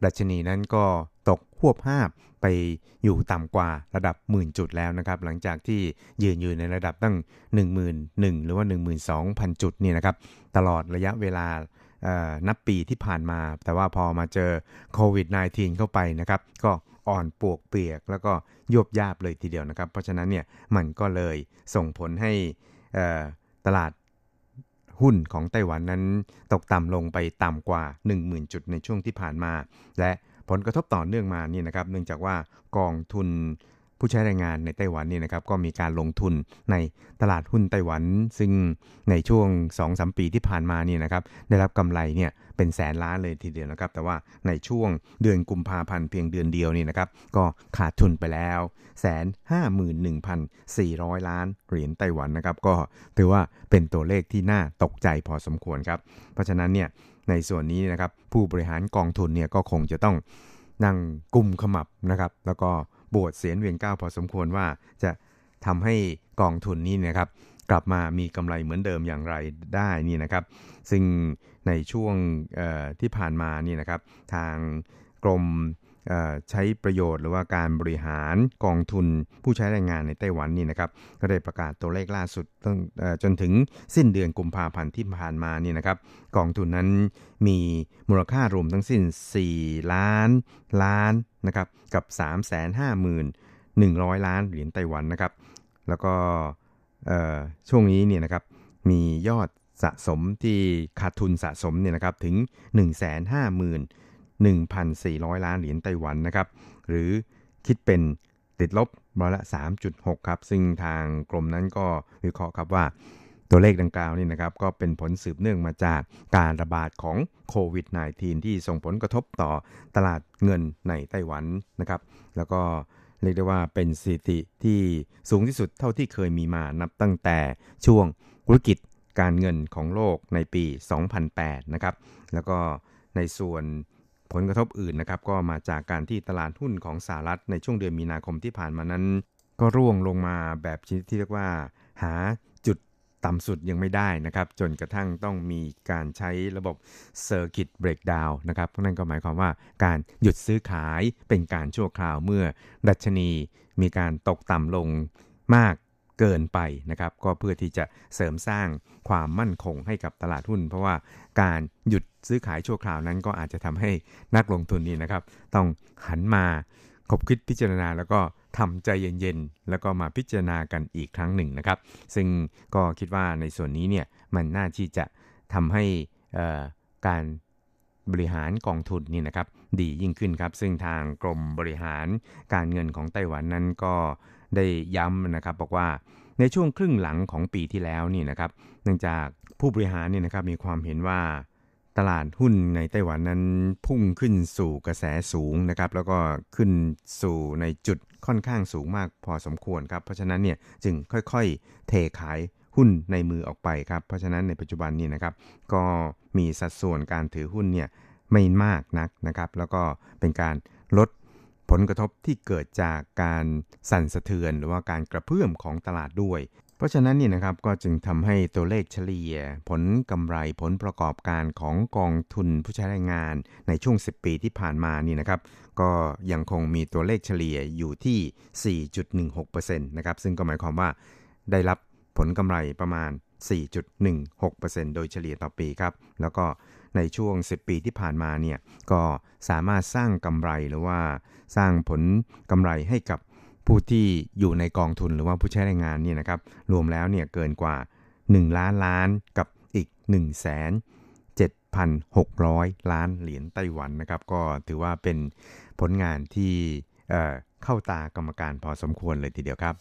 ดัชนีนั้นก็ตกหวบห้าบไปอยู่ต่ำกว่าระดับหมื่นจุดแล้วนะครับหลังจากที่ยืนอยู่ในระดับตั้ง หนึ่งหมื่นหนึ่งพัน หรือว่า หนึ่งหมื่นสองพัน จุดนี่นะครับตลอดระยะเวลานับปีที่ผ่านมาแต่ว่าพอมาเจอโควิด สิบเก้า เข้าไปนะครับก็อ่อนปวกเปียกแล้วก็ยวบยาบเลยทีเดียวนะครับเพราะฉะนั้นเนี่ยมันก็เลยส่งผลให้ตลาดหุ้นของไต้หวันนั้นตกต่ำลงไปต่ำกว่า หนึ่งหมื่น จุดในช่วงที่ผ่านมาและผลกระทบต่อเนื่องมานี่นะครับเนื่องจากว่ากองทุนผู้ใช้แรงงานในไต้หวันนี่นะครับก็มีการลงทุนในตลาดหุ้นไต้หวันซึ่งในช่วง สองถึงสาม ปีที่ผ่านมานี่นะครับได้รับกำไรเนี่ยเป็นแสนล้านเลยทีเดียวนะครับแต่ว่าในช่วงเดือนกุมภาพันธ์เพียงเดือนเดียวนี่นะครับก็ขาดทุนไปแล้ว หนึ่งแสนห้าหมื่นหนึ่งพันสี่ร้อย ล้านเหรียญไต้หวันนะครับก็ถือว่าเป็นตัวเลขที่น่าตกใจพอสมควรครับเพราะฉะนั้นเนี่ยในส่วนนี้นะครับผู้บริหารกองทุนเนี่ยก็คงจะต้องนั่งกุมขมับนะครับแล้วก็บวชเสียนเวียนก้าวพอสมควรว่าจะทำให้กองทุนนี้นะครับกลับมามีกำไรเหมือนเดิมอย่างไรได้นี่นะครับซึ่งในช่วงที่ผ่านมานี่นะครับทางกรมใช้ประโยชน์หรือว่าการบริหารกองทุนผู้ใช้แรงงานในไต้หวันนี่นะครับก็ได้ประกาศตัวเลขล่าสุดตั้งจนถึงสิ้นเดือนกุมภาพันธ์ที่ผ่านมานี่นะครับกองทุนนั้นมีมูลค่ารวมทั้งสิ้นสี่ล้านล้านนะครับกับ สามแสนห้าหมื่นหนึ่งร้อย ล้านเหรียญไต้หวันนะครับแล้วก็ช่วงนี้เนี่ยนะครับมียอดสะสมที่ขาดทุนสะสมเนี่ยนะครับถึง หนึ่งแสนห้าหมื่นหนึ่งพันสี่ร้อย ล้านเหรียญไต้หวันนะครับหรือคิดเป็นติดลบร้อยละ สามจุดหก ครับซึ่งทางกรมนั้นก็วิเคราะห์ครับว่าตัวเลขดังกล่าวนี่นะครับก็เป็นผลสืบเนื่องมาจากการระบาดของโควิด สิบเก้า ที่ส่งผลกระทบต่อตลาดเงินในไต้หวันนะครับแล้วก็เรียกได้ว่าเป็นสถิติที่สูงที่สุดเท่าที่เคยมีมานับตั้งแต่ช่วงวิกฤตการเงินของโลกในปี สองพันแปด นะครับแล้วก็ในส่วนผลกระทบอื่นนะครับก็มาจากการที่ตลาดหุ้นของสหรัฐในช่วงเดือนมีนาคมที่ผ่านมานั้นก็ร่วงลงมาแบบชนิดที่เรียกว่าหาจุดต่ำสุดยังไม่ได้นะครับจนกระทั่งต้องมีการใช้ระบบ Circuit Breakdown นะครับนั่นก็หมายความว่าการหยุดซื้อขายเป็นการชั่วคราวเมื่อดัชนีมีการตกต่ำลงมากเกินไปนะครับก็เพื่อที่จะเสริมสร้างความมั่นคงให้กับตลาดหุ้นเพราะว่าการหยุดซื้อขายชั่วคราวนั้นก็อาจจะทำให้นักลงทุนนี่นะครับต้องหันมาคบคิดพิจารณาแล้วก็ทำใจเย็นๆแล้วก็มาพิจารณากันอีกครั้งหนึ่งนะครับซึ่งก็คิดว่าในส่วนนี้เนี่ยมันน่าที่จะทำให้การบริหารกองทุนนี่นะครับดียิ่งขึ้นครับซึ่งทางกรมบริหารการเงินของไต้หวันนั้นก็ได้ย้ำนะครับบอกว่าในช่วงครึ่งหลังของปีที่แล้วนี่นะครับเนื่องจากผู้บริหารนี่นะครับมีความเห็นว่าตลาดหุ้นในไต้หวันนั้นพุ่งขึ้นสู่กระแสสูงนะครับแล้วก็ขึ้นสู่ในจุดค่อนข้างสูงมากพอสมควรครับเพราะฉะนั้นเนี่ยจึงค่อยๆเทขายหุ้นในมือออกไปครับเพราะฉะนั้นในปัจจุบันนี้นะครับก็มีสัดส่วนการถือหุ้นเนี่ยไม่มากนักนะครับแล้วก็เป็นการลดผลกระทบที่เกิดจากการสั่นสะเทือนหรือว่าการกระเพื่อมของตลาดด้วยเพราะฉะนั้นนี่นะครับก็จึงทำให้ตัวเลขเฉลี่ยผลกำไรผลประกอบการของกองทุนผู้ใช้แรงงานในช่วงสิบปีที่ผ่านมานี่นะครับก็ยังคงมีตัวเลขเฉลี่ยอยู่ที่ สี่จุดหนึ่งหกเปอร์เซ็นต์ นะครับซึ่งก็หมายความว่าได้รับผลกำไรประมาณ สี่จุดหนึ่งหกเปอร์เซ็นต์ โดยเฉลี่ยต่อปีครับแล้วก็ในช่วงสิบปีที่ผ่านมาเนี่ยก็สามารถสร้างกำไรหรือว่าสร้างผลกำไรให้กับผู้ที่อยู่ในกองทุนหรือว่าผู้ใช้แรงงานนี่นะครับรวมแล้วเนี่ยเกินกว่าหนึ่งล้านล้านกับอีก หนึ่งแสนเจ็ดพันหกร้อย ล้านเหรียญไต้หวันนะครับก็ถือว่าเป็นผลงานที่เอ่อเข้าตากรรมการพอสมควรเลยทีเดียวครับ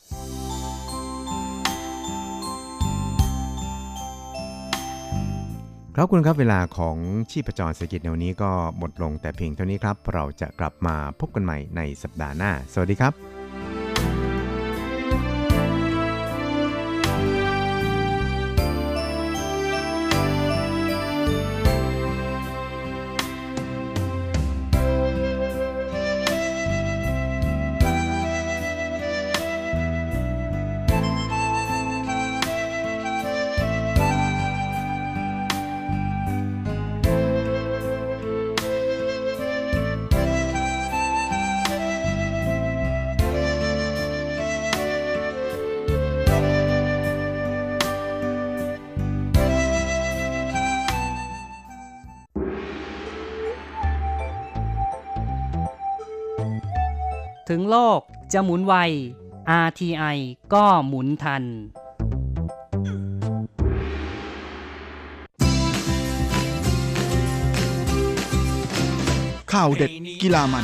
ครับคุณครับเวลาของชีพจรเศรษฐกิจในวันนี้ก็หมดลงแต่เพียงเท่านี้ครับเราจะกลับมาพบกันใหม่ในสัปดาห์หน้าสวัสดีครับถึงโลกจะหมุนไว อาร์ ที ไอ ก็หมุนทันข่าวเด็ดกีฬามัน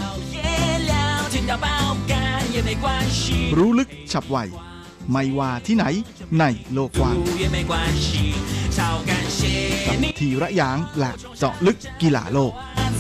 รู้ลึกฉับไวไม่ว่าที่ไหนในโลกกว้างกับทีระยางและเจาะลึกกีฬาโลก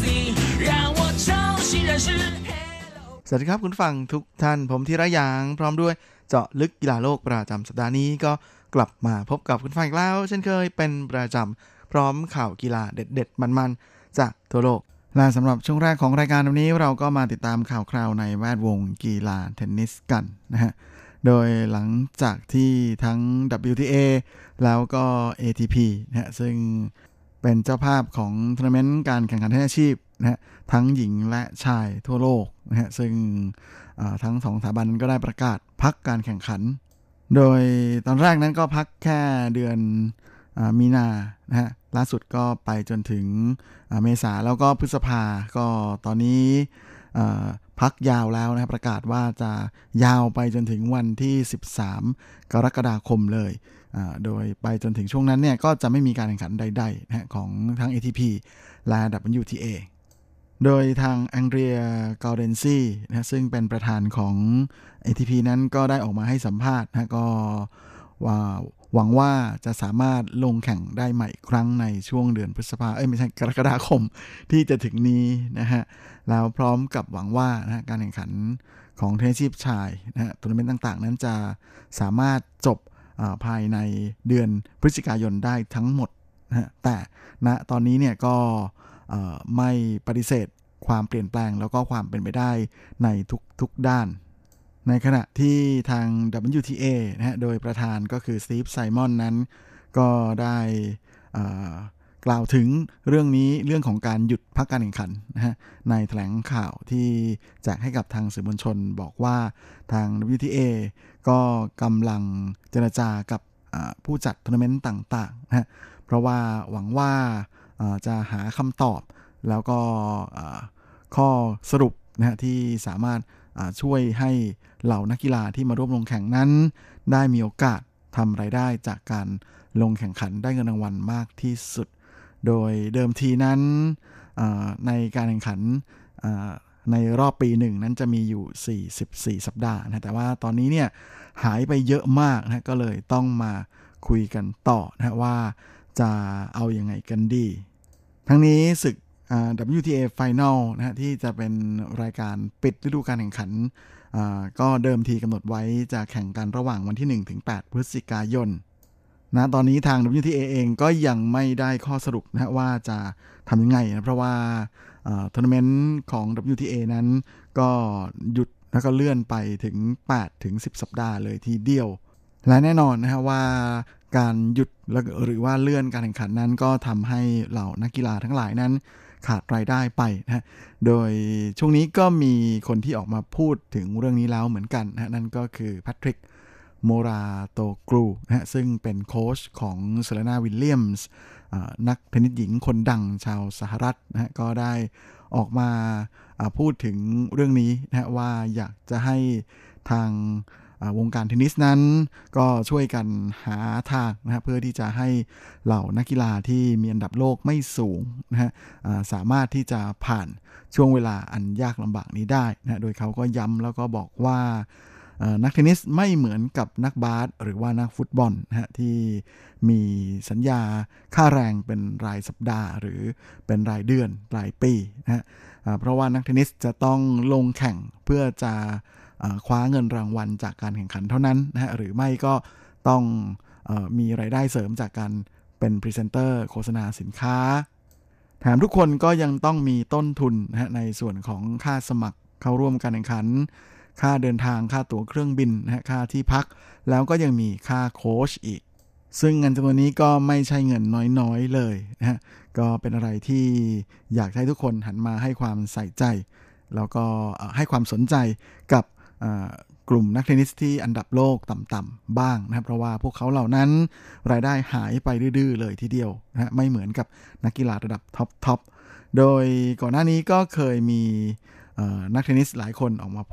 สวัสดีครับคุณฟังทุกท่านผมธีระยางพร้อมด้วยเจาะลึกกีฬาโลกประจำสัปดาห์นี้ก็กลับมาพบกับคุณฟังอีกแล้วเช่นเคยเป็นประจำพร้อมข่าวกีฬาเด็ดๆมันๆจากทั่วโลกและสำหรับช่วงแรกของรายการวันนี้เราก็มาติดตามข่าวคราวในแวดวงกีฬาเทนนิสกันนะฮะโดยหลังจากที่ทั้ง ดับเบิลยู ที เอ แล้วก็ เอ ที พี นะฮะซึ่งเป็นเจ้าภาพของทัวร์นาเมนต์การแข่งขันเทนนิสอาชีพนะฮะทั้งหญิงและชายทั่วโลกนะฮะซึ่งทั้งสองสถาบันก็ได้ประกาศพักการแข่งขันโดยตอนแรกนั้นก็พักแค่เดือนมีนานะฮะล่าสุดก็ไปจนถึงเมษาแล้วก็พฤษภาก็ตอนนี้พักยาวแล้วนะครับประกาศว่าจะยาวไปจนถึงวันที่สิบสามกรกฎาคมเลยโดยไปจนถึงช่วงนั้นเนี่ยก็จะไม่มีการแข่งขันใดๆนะของทั้ง เอ ที พี และ ดับเบิลยู ที เอ โดยทางแองเดรียกาเดนซี่นะซึ่งเป็นประธานของ เอ ที พี นั้นก็ได้ออกมาให้สัมภาษณ์นะก็ว่าหวังว่าจะสามารถลงแข่งได้ใหม่อีกครั้งในช่วงเดือนพฤษภาเอ้ยไม่ใช่กรกฎาคมที่จะถึงนี้นะฮะแล้วพร้อมกับหวังว่านะการแข่งขันของเทนนิสอาชีพชายนะฮะทัวร์นาเมนต์ต่างๆนั้นจะสามารถจบภายในเดือนพฤศจิกายนได้ทั้งหมดนะฮะแต่ณตอนนี้เนี่ยก็ไม่ปฏิเสธความเปลี่ยนแปลงแล้วก็ความเป็นไปได้ในทุกๆด้านในขณะที่ทาง ดับเบิลยู ที เอ นะฮะโดยประธานก็คือสตีฟไซมอนนั้นก็ได้กล่าวถึงเรื่องนี้เรื่องของการหยุดพักการแข่งขันนะฮะในแถลงข่าวที่แจกให้กับทางสื่อมวลชนบอกว่าทาง ดับเบิลยู ที เอ ก็กำลังเจรจากับผู้จัดทัวร์นาเมนต์ต่างๆนะฮะเพราะว่าหวังว่าจะหาคำตอบแล้วก็ข้อสรุปนะฮะที่สามารถช่วยให้เหล่านักกีฬาที่มาร่วมลงแข่งนั้นได้มีโอกาสทำรายได้จากการลงแข่งขันได้เงินรางวัลมากที่สุดโดยเดิมทีนั้นในการแข่งขันในรอบปีหนึ่งนั้นจะมีอยู่สี่สิบสี่สัปดาห์นะแต่ว่าตอนนี้เนี่ยหายไปเยอะมากนะก็เลยต้องมาคุยกันต่อนะว่าจะเอาอยัางไงกันดีทั้งนี้ศึกดับเบิลยู ที เอ Final นะฮะที่จะเป็นรายการปิดฤดูกาลแข่งขันก็เดิมทีกำหนดไว้จะแข่งกันระหว่างวันที่ หนึ่งถึงแปด พฤศจิกายนนะตอนนี้ทาง ดับเบิลยู ที เอ เองก็ยังไม่ได้ข้อสรุปนะว่าจะทำยังไงนะเพราะว่าทัวร์นาเมนต์ของ ดับเบิลยู ที เอ นั้นก็หยุดแล้วก็เลื่อนไปถึง แปดถึงสิบ สัปดาห์เลยทีเดียวและแน่นอนนะฮะว่าการหยุดหรือว่าเลื่อนการแข่งขันนั้นก็ทำให้เหล่านักกีฬาทั้งหลายนั้นขาดรายได้ไปนะโดยช่วงนี้ก็มีคนที่ออกมาพูดถึงเรื่องนี้แล้วเหมือนกันนะนั่นก็คือแพทริกโมราโตกรูนะซึ่งเป็นโค้ชของเซเลนาวิลเลียมส์นักเทนนิสหญิงคนดังชาวสหรัฐนะก็ได้ออกมาพูดถึงเรื่องนี้นะว่าอยากจะให้ทางวงการเทนนิสนั้นก็ช่วยกันหาทางนะเพื่อที่จะให้เหล่านักกีฬาที่มีอันดับโลกไม่สูงนะฮะสามารถที่จะผ่านช่วงเวลาอันยากลำบากนี้ได้นะโดยเขาก็ย้ำแล้วก็บอกว่านักเทนนิสไม่เหมือนกับนักบาสหรือว่านักฟุตบอลนะฮะที่มีสัญญาค่าแรงเป็นรายสัปดาห์หรือเป็นรายเดือนรายปีนะฮะเพราะว่านักเทนนิสจะต้องลงแข่งเพื่อจะคว้าเงินรางวัลจากการแข่งขันเท่านั้นนะฮะหรือไม่ก็ต้องเอ่อมีรายได้เสริมจากการเป็นพรีเซนเตอร์โฆษณาสินค้าแถมทุกคนก็ยังต้องมีต้นทุนนะฮะในส่วนของค่าสมัครเข้าร่วมการแข่งขันค่าเดินทางค่าตั๋วเครื่องบินนะฮะค่าที่พักแล้วก็ยังมีค่าโค้ชอีกซึ่งเงินจำนวนนี้ก็ไม่ใช่เงินน้อยๆเลยนะฮะก็เป็นอะไรที่อยากให้ทุกคนหันมาให้ความใส่ใจแล้วก็ให้ความสนใจกับกลุ่มนักเทนนิสที่อันดับโลกต่ำๆบ้างนะครับเพราะว่าพวกเขาเหล่านั้นรายได้หายไปดื้อๆเลยทีเดียวนะฮะไม่เหมือนกับนักกีฬาระดับท็อปๆโดยก่อนหน้านี้ก็เคยมีนักเทนนิสหลายคนออกมาพูด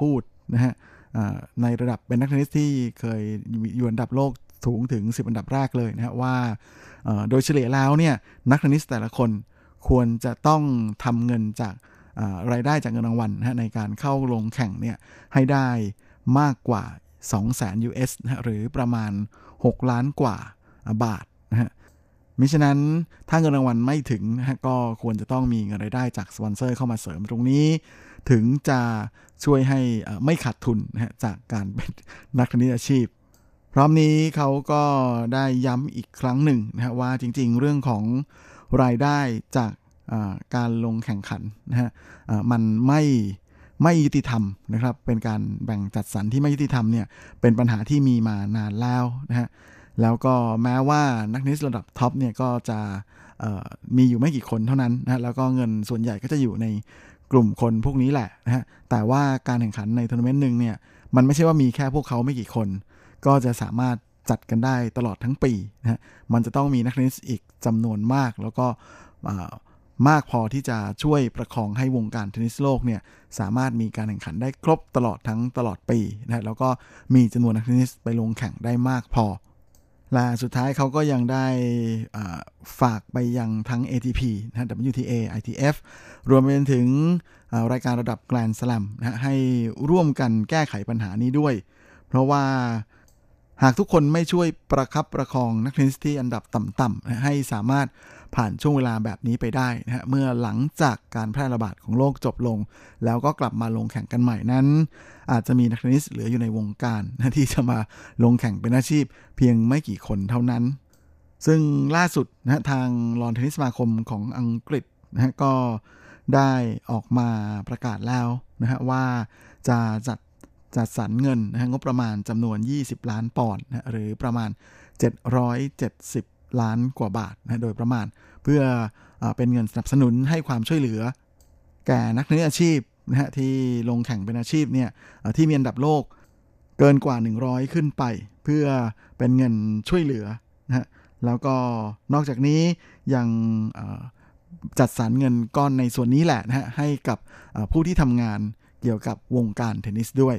นะฮะในระดับเป็นนักเทนนิสที่เคยอยู่อันดับโลกสูงถึงสิบอันดับแรกเลยนะฮะว่าโดยเฉลี่ยแล้วเนี่ยนักเทนนิสแต่ละคนควรจะต้องทำเงินจากรายได้จากเงินรางวัลนะฮะในการเข้าลงแข่งเนี่ยให้ได้มากกว่า สองแสน ยู เอส นะฮะหรือประมาณหกล้านกว่าบาทนะฮะมิฉะนั้นถ้าเงินรางวัลไม่ถึงนะฮะก็ควรจะต้องมีเงินรายได้จากสปอนเซอร์เข้ามาเสริมตรงนี้ถึงจะช่วยให้ไม่ขาดทุนนะฮะจากการเป็นนักเทนนิสอาชีพพร้อมนี้เขาก็ได้ย้ำอีกครั้งหนึ่งนะฮะว่าจริงๆเรื่องของรายได้จากการลงแข่งขันนะฮะมันไม่ไม่ยุติธรรมนะครับเป็นการแบ่งจัดสรรที่ไม่ยุติธรรมเนี่ยเป็นปัญหาที่มีมานานแล้วนะฮะแล้วก็แม้ว่านักเทนนิสระดับท็อปเนี่ยก็จะมีอยู่ไม่กี่คนเท่านั้นนะแล้วก็เงินส่วนใหญ่ก็จะอยู่ในกลุ่มคนพวกนี้แหละนะฮะแต่ว่าการแข่งขันในทัวร์นาเมนต์นึงเนี่ยมันไม่ใช่ว่ามีแค่พวกเขาไม่กี่คนก็จะสามารถจัดกันได้ตลอดทั้งปีนะฮะมันจะต้องมีนักเทนนิสอีกจำนวนมากแล้วก็มากพอที่จะช่วยประคองให้วงการเทนนิสโลกเนี่ยสามารถมีการแข่งขันได้ครบตลอดทั้งตลอดปีนะแล้วก็มีจำนวนนักเทนนิสไปลงแข่งได้มากพอและสุดท้ายเขาก็ยังได้ฝากไปยังทั้ง เอ ที พี นะ ดับเบิลยู ที เอ ไอ ที เอฟ รวมไปถึงรายการระดับ Grand Slam นะให้ร่วมกันแก้ไขปัญหานี้ด้วยเพราะว่าหากทุกคนไม่ช่วยประคับประคองนักเทนนิสที่อันดับต่ำๆนะให้สามารถผ่านช่วงเวลาแบบนี้ไปได้นะฮะเมื่อหลังจากการแพร่ระบาดของโรคจบลงแล้วก็กลับมาลงแข่งกันใหม่นั้นอาจจะมีนักเทนนิสเหลืออยู่ในวงการนะที่จะมาลงแข่งเป็นอาชีพเพียงไม่กี่คนเท่านั้นซึ่งล่าสุดนะทางลอนเทนนิสสมาคมของอังกฤษนะฮะก็ได้ออกมาประกาศแล้วนะฮะว่าจะจัดจัดสรรเงินนะฮะงบประมาณจำนวนยี่สิบล้านปอนด์นะหรือประมาณเจ็ดร้อยเจ็ดสิบล้านกว่าบาทนะโดยประมาณเพื่ออเป็นเงินสนับสนุนให้ความช่วยเหลือแก่นักเทนนิสอาชีพนะฮะที่ลงแข่งเป็นอาชีพเนี่ยที่มีอันดับโลกเกินกว่าหนึ่งร้อยขึ้นไปเพื่อเป็นเงินช่วยเหลือนะฮะแล้วก็นอกจากนี้ยังจัดสรรเงินก้อนในส่วนนี้แหละนะฮะให้กับผู้ที่ทำงานเกี่ยวกับวงการเทนนิสด้วย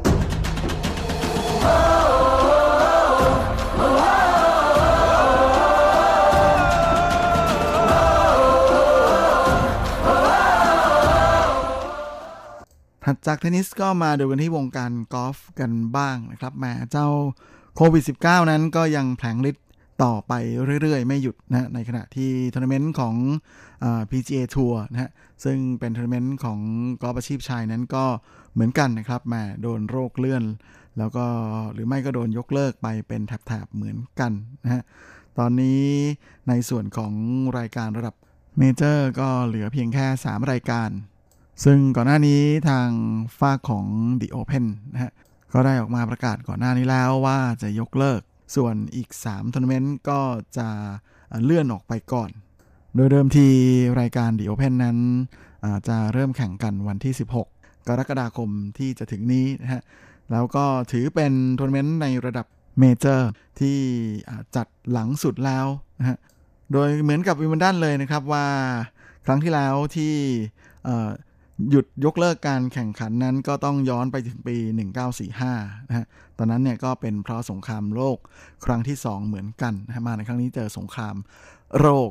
ถัดจากเทนนิสก็มาดูกันที่วงการกอล์ฟกันบ้างนะครับแม้เจ้าโควิด สิบเก้า นั้นก็ยังแผลงฤทธิ์ต่อไปเรื่อยๆไม่หยุดนะในขณะที่ทัวร์นาเมนต์ของอ่า พี จี เอ ทัวร์นะฮะซึ่งเป็นทัวร์นาเมนต์ของกอล์ฟอาชีพชายนั้นก็เหมือนกันนะครับแม้โดนโรคเลื่อนแล้วก็หรือไม่ก็โดนยกเลิกไปเป็นแถบๆเหมือนกันนะฮะตอนนี้ในส่วนของรายการระดับเมเจอร์ก็เหลือเพียงแค่สามรายการซึ่งก่อนหน้านี้ทางฝ่ายของ The Open นะฮะก็ได้ออกมาประกาศก่อนหน้านี้แล้วว่าจะยกเลิกส่วนอีกสามทัวร์นาเมนต์ก็จะเลื่อนออกไปก่อนโดยเดิมทีรายการ The Open นั้นจะเริ่มแข่งกันวันที่สิบหกกรกฎาคมที่จะถึงนี้นะฮะแล้วก็ถือเป็นทัวร์นาเมนต์ในระดับเมเจอร์ที่จัดหลังสุดแล้วนะฮะโดยเหมือนกับวิมเบิลดันเลยนะครับว่าครั้งที่แล้วที่หยุดยกเลิกการแข่งขันนั้นก็ต้องย้อนไปถึงปีหนึ่งพันเก้าร้อยสี่สิบห้านะฮะตอนนั้นเนี่ยก็เป็นเพราะสงครามโลกครั้งที่สองเหมือนกันนะมาในครั้งนี้เจอสงครามโรค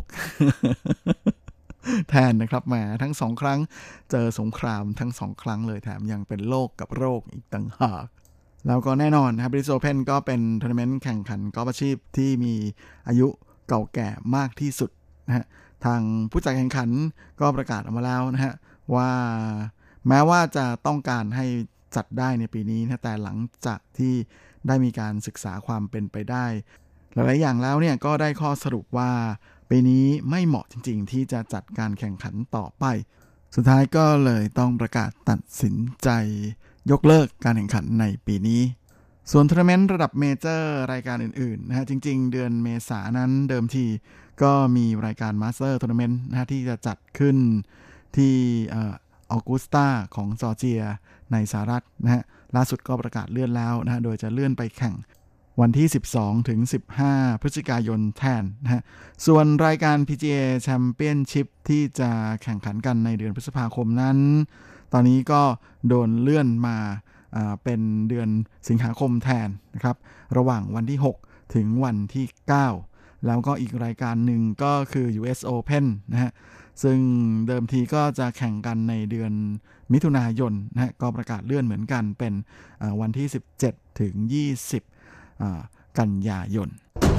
แทนนะครับแหมทั้งสองครั้งเจอสงครามทั้งสองครั้งเลยแถมยังเป็นโลกกับโรคอีกต่างหากแล้วก็แน่นอนนะครับ British Open ก็เป็นทัวร์นาเมนต์แข่งขันกอล์ฟอาชีพที่มีอายุเก่าแก่มากที่สุดนะฮะทางผู้จัดแข่งขันก็ประกาศออกมาแล้วนะฮะว่าแม้ว่าจะต้องการให้จัดได้ในปีนี้นะแต่หลังจากที่ได้มีการศึกษาความเป็นไปได้หลายๆอย่างแล้วเนี่ยก็ได้ข้อสรุปว่าปีนี้ไม่เหมาะจริงๆที่จะจัดการแข่งขันต่อไปสุดท้ายก็เลยต้องประกาศตัดสินใจยกเลิกการแข่งขันในปีนี้ส่วนทัวร์นาเมนต์ระดับเมเจอร์รายการอื่นๆนะฮะจริงๆเดือนเมษายนนั้นเดิมทีก็มีรายการมาสเตอร์ทัวร์นาเมนต์นะฮะที่จะจัดขึ้นที่ออกุสตาของจอร์เจียในสหรัฐนะฮะล่าสุดก็ประกาศเลื่อนแล้วนะฮะโดยจะเลื่อนไปแข่งวันที่สิบสองถึงสิบห้าพฤศจิกายนแทนนะฮะส่วนรายการ พี จี เอ Championship ที่จะแข่งขันกันในเดือนพฤษภาคมนั้นตอนนี้ก็โดนเลื่อนมาเป็นเดือนสิงหาคมแทนนะครับระหว่างวันที่หกถึงวันที่เก้าแล้วก็อีกรายการหนึ่งก็คือ ยู เอส Open นะฮะซึ่งเดิมทีก็จะแข่งกันในเดือนมิถุนายนนะฮะก็ประกาศเลื่อนเหมือนกันเป็นวันที่สิบเจ็ดถึงยี่สิบกันยายน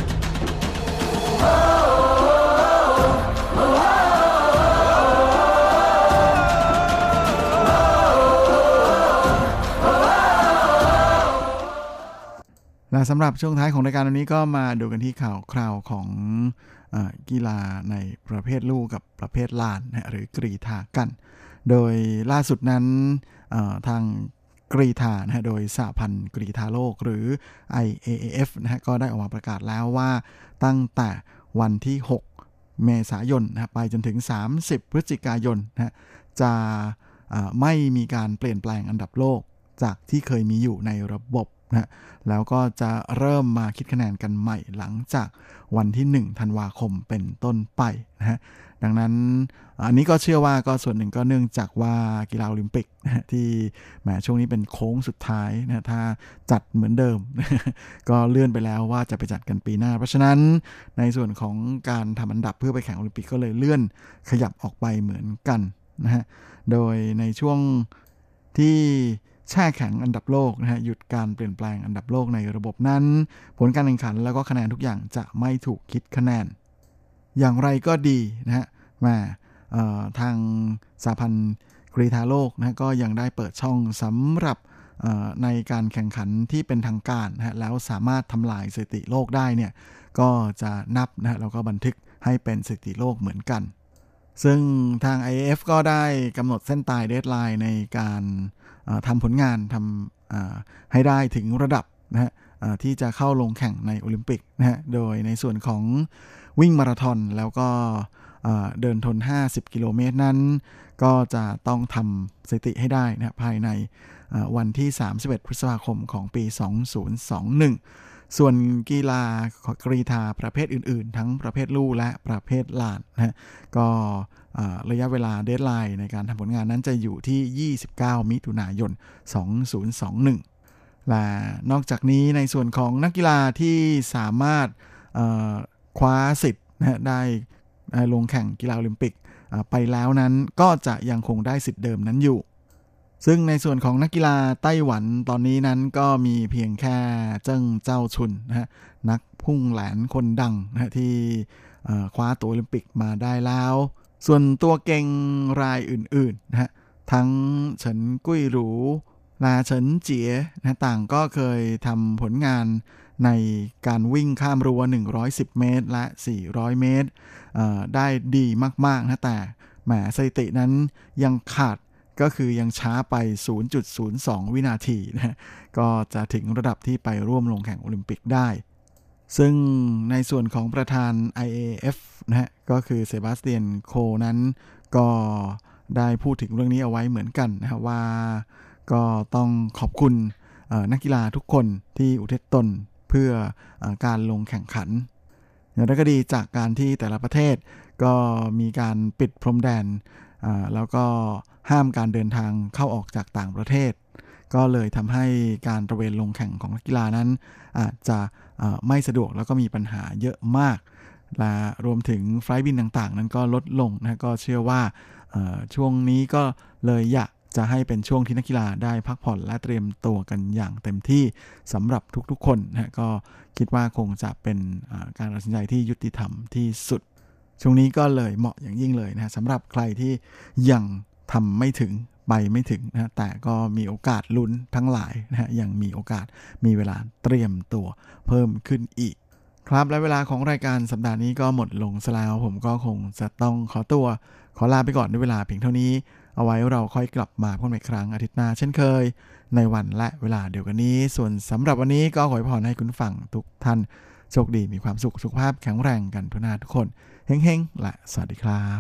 และสำหรับช่วงท้ายของรายการวันนี้ก็มาดูกันที่ข่าวคราวของเอ่อกีฬาในประเภทลู่กับประเภทลานนะหรือกรีฑากันโดยล่าสุดนั้นทางกรีฑานะฮะโดยสหพันธ์กรีฑาโลกหรือ ไอ เอ เอ เอฟ นะฮะก็ได้ออกมาประกาศแล้วว่าตั้งแต่วันที่หกเมษายนนะไปจนถึงสามสิบพฤศจิกายนนะจะไม่มีการเปลี่ยนแปลงอันดับโลกจากที่เคยมีอยู่ในระบบนะแล้วก็จะเริ่มมาคิดคะแนนกันใหม่หลังจากวันที่หนึ่งธันวาคมเป็นต้นไปนะฮะดังนั้นอันนี้ก็เชื่อว่าก็ส่วนหนึ่งก็เนื่องจากว่ากีฬาโอลิมปิกนะฮะที่แหมช่วงนี้เป็นโค้งสุดท้ายนะถ้าจัดเหมือนเดิม ก็เลื่อนไปแล้วว่าจะไปจัดกันปีหน้าเพราะฉะนั้นในส่วนของการทำอันดับเพื่อไปแข่งโอลิมปิกก็เลยเลื่อนขยับออกไปเหมือนกันนะฮะโดยในช่วงที่แช่แข็งอันดับโลกนะฮะหยุดการเปลี่ยนแปลงอันดับโลกในระบบนั้นผลการแข่งขันแล้วก็คะแนนทุกอย่างจะไม่ถูกคิดคะแนนอย่างไรก็ดีนะฮะมาทางสหพันธ์กรีฑาโลกนะก็ยังได้เปิดช่องสำหรับในการแข่งขันที่เป็นทางการนะฮะแล้วสามารถทำลายสถิติโลกได้เนี่ยก็จะนับนะฮะแล้วก็บันทึกให้เป็นสถิติโลกเหมือนกันซึ่งทาง ไอ เอ เอฟ ก็ได้กำหนดเส้นตายเดดไลน์ในการทำผลงานทำให้ได้ถึงระดับนะฮะที่จะเข้าลงแข่งในโอลิมปิกนะฮะโดยในส่วนของวิ่งมาราธอนแล้วก็เดินทนห้าสิบกิโลเมตรนั้นก็จะต้องทำสถิติให้ได้นะภายในวันที่สามสิบเอ็ดพฤษภาคมของปีสองพันยี่สิบเอ็ดส่วนกีฬากรีฑาประเภทอื่นๆทั้งประเภทลู่และประเภทลานนะฮะก็ระยะเวลาเดดไลน์ในการทำผลงานนั้นจะอยู่ที่ยี่สิบเก้ามิถุนายนสองพันยี่สิบเอ็ดและนอกจากนี้ในส่วนของนักกีฬาที่สามารถคว้าสิทธิ์นะได้ลงแข่งกีฬาโอลิมปิกไปแล้วนั้นก็จะยังคงได้สิทธิ์เดิมนั้นอยู่ซึ่งในส่วนของนักกีฬาไต้หวันตอนนี้นั้นก็มีเพียงแค่เจิ้งเจ้าชุนนะฮะนักพุ่งแหลนคนดังนะที่คว้าตั๋วโอลิมปิกมาได้แล้วส่วนตัวเก่งรายอื่นๆนะฮะทั้งเฉินกุ้ยหรูลาเฉินเจี๋ยนะต่างก็เคยทำผลงานในการวิ่งข้ามรั้วหนึ่งร้อยสิบเมตรและสี่ร้อยเมตรได้ดีมากๆนะแต่แหมสถิตินั้นยังขาดก็คือยังช้าไป ศูนย์จุดศูนย์สอง วินาทีนะก็จะถึงระดับที่ไปร่วมลงแข่งโอลิมปิกได้ซึ่งในส่วนของประธาน ไอ เอ เอฟ นะฮะก็คือเซบาสเตียนโคนั้นก็ได้พูดถึงเรื่องนี้เอาไว้เหมือนกันนะฮะว่าก็ต้องขอบคุณนักกีฬาทุกคนที่อุทิศตนเพื่อการลงแข่งขันอย่างไรก็ดีจากการที่แต่ละประเทศก็มีการปิดพรมแดนแล้วก็ห้ามการเดินทางเข้าออกจากต่างประเทศก็เลยทำให้การตระเวนลงแข่งของนักกีฬานั้นอาจจะไม่สะดวกแล้วก็มีปัญหาเยอะมากและรวมถึงไฟล์บินต่างๆนั้นก็ลดลงนะก็เชื่อว่าช่วงนี้ก็เลยอยากจะให้เป็นช่วงที่นักกีฬาได้พักผ่อนและเตรียมตัวกันอย่างเต็มที่สำหรับทุกๆคนนะก็คิดว่าคงจะเป็นการตัดสินใจที่ยุติธรรมที่สุดช่วงนี้ก็เลยเหมาะอย่างยิ่งเลยนะสำหรับใครที่ยังทำไม่ถึงไปไม่ถึงนะแต่ก็มีโอกาสลุ้นทั้งหลายนะยังมีโอกาสมีเวลาเตรียมตัวเพิ่มขึ้นอีกครับและเวลาของรายการสัปดาห์นี้ก็หมดลงซะแล้วผมก็คงจะต้องขอตัวขอลาไปก่อนด้วยเวลาเพียงเท่านี้เอาไว้เราค่อยกลับมาพบกันอีกครั้งอาทิตย์หน้าเช่นเคยในวันและเวลาเดียวกันนี้ส่วนสำหรับวันนี้ก็ขอให้พรให้คุณฟังทุกท่านโชคดีมีความสุขสุขภาพแข็งแรงกันทุกท่านทุกคนเฮ้งๆและสวัสดีครับ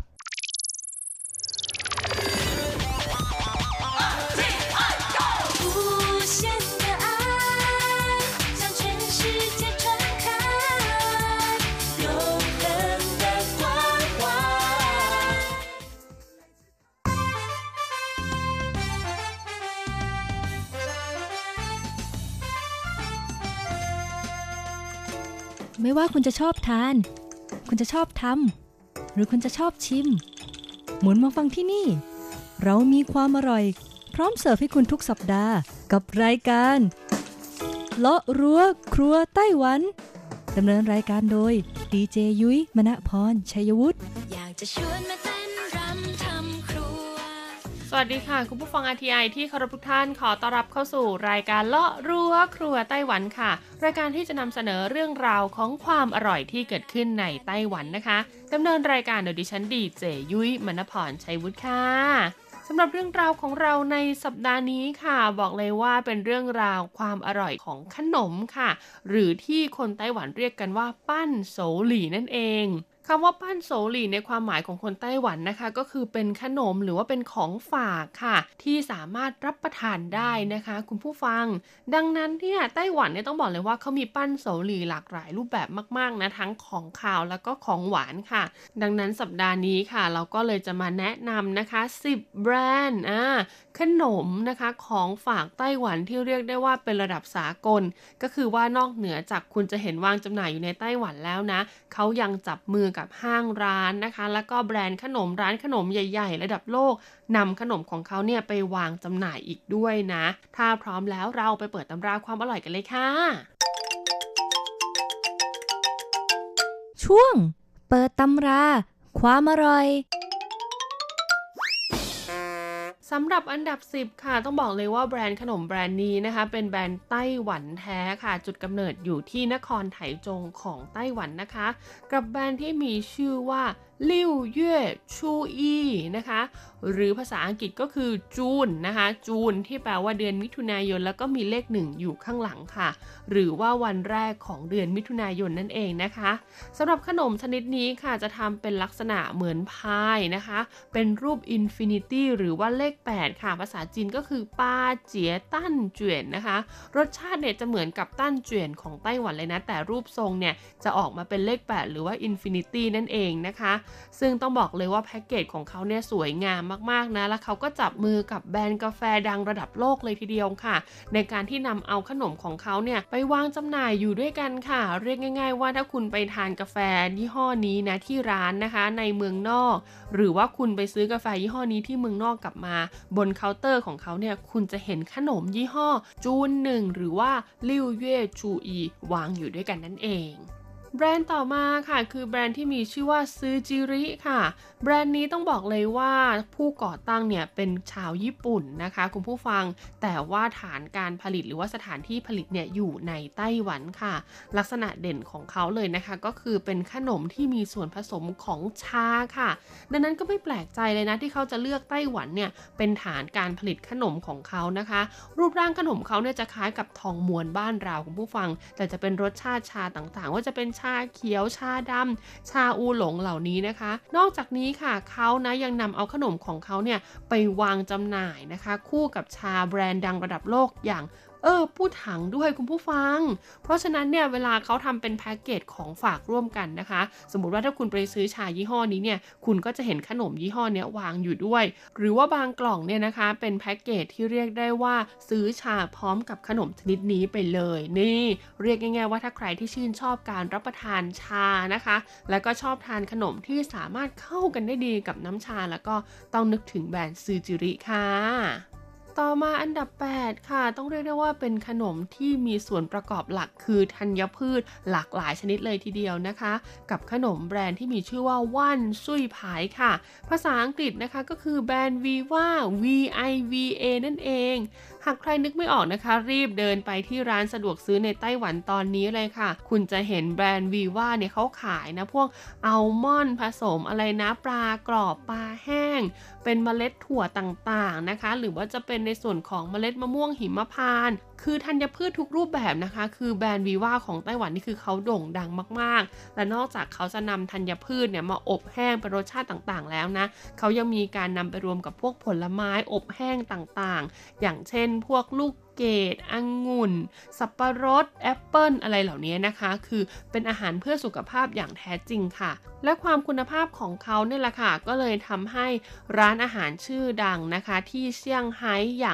ไม่ว่าคุณจะชอบทานคุณจะชอบทำหรือคุณจะชอบชิมหมุนมาฟังที่นี่เรามีความอร่อยพร้อมเสิร์ฟให้คุณทุกสัปดาห์กับรายการเลาะรั้วครัวไต้หวันดำเนินรายการโดยดีเจยุ้ยมณพรชัยวุฒิอยากจะชวนมาเต้นรำทำครัวสวัสดีค่ะคุณผู้ฟัง อาร์ ที ไอ ที่เคารพทุกท่านขอต้อนรับเข้าสู่รายการเลาะรั้วครัวไต้หวันค่ะรายการที่จะนำเสนอเรื่องราวของความอร่อยที่เกิดขึ้นในไต้หวันนะคะดำเนินรายการโดยดิฉันดีเจยุ้ยมณพรชัยวุฒิค่ะสำหรับเรื่องราวของเราในสัปดาห์นี้ค่ะบอกเลยว่าเป็นเรื่องราวความอร่อยของขนมค่ะหรือที่คนไต้หวันเรียกกันว่าปั้นโสหลี่นั่นเองคำว่าปั้นโสหลี่ในความหมายของคนไต้หวันนะคะก็คือเป็นขนมหรือว่าเป็นของฝากค่ะที่สามารถรับประทานได้นะคะคุณผู้ฟังดังนั้นเนี่ยไต้หวันเนี่ยต้องบอกเลยว่าเขามีปั้นโสหลี่หลากหลายรูปแบบมากๆนะทั้งของคาวแล้วก็ของหวานค่ะดังนั้นสัปดาห์นี้ค่ะเราก็เลยจะมาแนะนำนะคะสิบแบรนด์อ่าขนมนะคะของฝากไต้หวันที่เรียกได้ว่าเป็นระดับสากลก็คือว่านอกเหนือจากคุณจะเห็นวางจำหน่ายอยู่ในไต้หวันแล้วนะเขายังจับมือกับห้างร้านนะคะแล้วก็แบรนด์ขนมร้านขนมใหญ่ๆระดับโลกนำขนมของเขาเนี่ยไปวางจำหน่ายอีกด้วยนะถ้าพร้อมแล้วเราไปเปิดตำราความอร่อยกันเลยค่ะช่วงเปิดตำราความอร่อยสำหรับอันดับสิบค่ะต้องบอกเลยว่าแบรนด์ขนมแบรนด์นี้นะคะเป็นแบรนด์ไต้หวันแท้ค่ะจุดกำเนิดอยู่ที่นครไถจงของไต้หวันนะคะกับแบรนด์ที่มีชื่อว่าลิ่วเย่ชูอีนะคะหรือภาษาอังกฤษก็คือจูนนะคะจูนที่แปลว่าเดือนมิถุนายนแล้วก็มีเลขหนึ่งอยู่ข้างหลังค่ะหรือว่าวันแรกของเดือนมิถุนายนนั่นเองนะคะสำหรับขนมชนิดนี้ค่ะจะทำเป็นลักษณะเหมือนพายนะคะเป็นรูปอินฟินิตี้หรือว่าเลขแปดค่ะภาษาจีนก็คือปาเจี๋ยตั้นเจี๋ยนนะคะรสชาติเนี่ยจะเหมือนกับตั้นเจี๋ยนของไต้หวันเลยนะแต่รูปทรงเนี่ยจะออกมาเป็นเลขแปดหรือว่าอินฟินิตี้นั่นเองนะคะซึ่งต้องบอกเลยว่าแพ็กเกจของเขาเนี่ยสวยงามมากๆนะแล้วเขาก็จับมือกับแบรนด์กาแฟดังระดับโลกเลยทีเดียวค่ะในการที่นำเอาขนมของเขาเนี่ยไปวางจำหน่ายอยู่ด้วยกันค่ะเรียกง่ายๆว่าถ้าคุณไปทานกาแฟยี่ห้อนี้นะที่ร้านนะคะในเมืองนอกหรือว่าคุณไปซื้อกาแฟยี่ห้อนี้ที่เมืองนอกกลับมาบนเคาน์เตอร์ของเขาเนี่ยคุณจะเห็นขนมยี่ห้อจูนหนึ่งหรือว่าลิ่วเย่ชูอีวางอยู่ด้วยกันนั่นเองแบรนด์ต่อมาค่ะคือแบรนด์ที่มีชื่อว่าซือจิริค่ะแบรนด์นี้ต้องบอกเลยว่าผู้ก่อตั้งเนี่ยเป็นชาวญี่ปุ่นนะคะคุณผู้ฟังแต่ว่าฐานการผลิตหรือว่าสถานที่ผลิตเนี่ยอยู่ในไต้หวันค่ะลักษณะเด่นของเขาเลยนะคะก็คือเป็นขนมที่มีส่วนผสมของชาค่ะดังนั้นก็ไม่แปลกใจเลยนะที่เขาจะเลือกไต้หวันเนี่ยเป็นฐานการผลิตขนมของเขานะคะรูปร่างขนมเขาเนี่ยจะคล้ายกับทองม้วนบ้านเราคุณผู้ฟังแต่จะเป็นรสชาติชาต่างๆว่าจะเป็นชาเขียวชาดำชาอูหลงเหล่านี้นะคะนอกจากนี้ค่ะเขานะยังนำเอาขนมของเขาเนี่ยไปวางจำหน่ายนะคะคู่กับชาแบรนด์ดังระดับโลกอย่างเออพูดถังด้วยคุณผู้ฟังเพราะฉะนั้นเนี่ยเวลาเขาทำเป็นแพ็กเกจของฝากร่วมกันนะคะสมมุติว่าถ้าคุณไปซื้อชายี่ห้อนี้เนี่ยคุณก็จะเห็นขนมยี่ห้อเนี้ยวางอยู่ด้วยหรือว่าบางกล่องเนี่ยนะคะเป็นแพ็กเกจที่เรียกได้ว่าซื้อชาพร้อมกับขนมชนิดนี้ไปเลยนี่เรียกง่ายๆว่าถ้าใครที่ชื่นชอบการรับประทานชานะคะแล้วก็ชอบทานขนมที่สามารถเข้ากันได้ดีกับน้ำชาแล้วก็ต้องนึกถึงแบรนด์ซือจิริค่ะต่อมาอันดับแปดค่ะต้องเรียกได้ว่าเป็นขนมที่มีส่วนประกอบหลักคือธัญพืชหลากหลายชนิดเลยทีเดียวนะคะกับขนมแบรนด์ที่มีชื่อว่าว่านซุยผายค่ะภาษาอังกฤษนะคะก็คือแบรนด์ Viva วี ไอ วี เอ นั่นเองหากใครนึกไม่ออกนะคะรีบเดินไปที่ร้านสะดวกซื้อในไต้หวันตอนนี้เลยค่ะคุณจะเห็นแบรนด์ Viva เนี่ยเขาขายนะพวกอัลมอนด์ผสมอะไรนะปลากรอบปลาแห้งเป็นเมล็ดถั่วต่างๆนะคะหรือว่าจะเป็นในส่วนของเมล็ดมะม่วงหิมพานต์คือธัญพืชทุกรูปแบบนะคะคือแบรนด์ Viva ของไต้หวันนี่คือเขาโด่งดังมากๆและนอกจากเขาจะนำธัญพืชเนี่ยมาอบแห้งเป็นรสชาติต่างๆแล้วนะเขายังมีการนำไปรวมกับพวกผลไม้อบแห้งต่างๆอย่างเช่นพวกลูกเกดองุ่นสับปะรดแอปเปิ้ลอะไรเหล่านี้นะคะคือเป็นอาหารเพื่อสุขภาพอย่างแท้จริงค่ะและความคุณภาพของเขาเนี่ยแหละค่ะก็เลยทำให้ร้านอาหารชื่อดังนะคะที่เซี่ยงไฮ้อย่างโฮ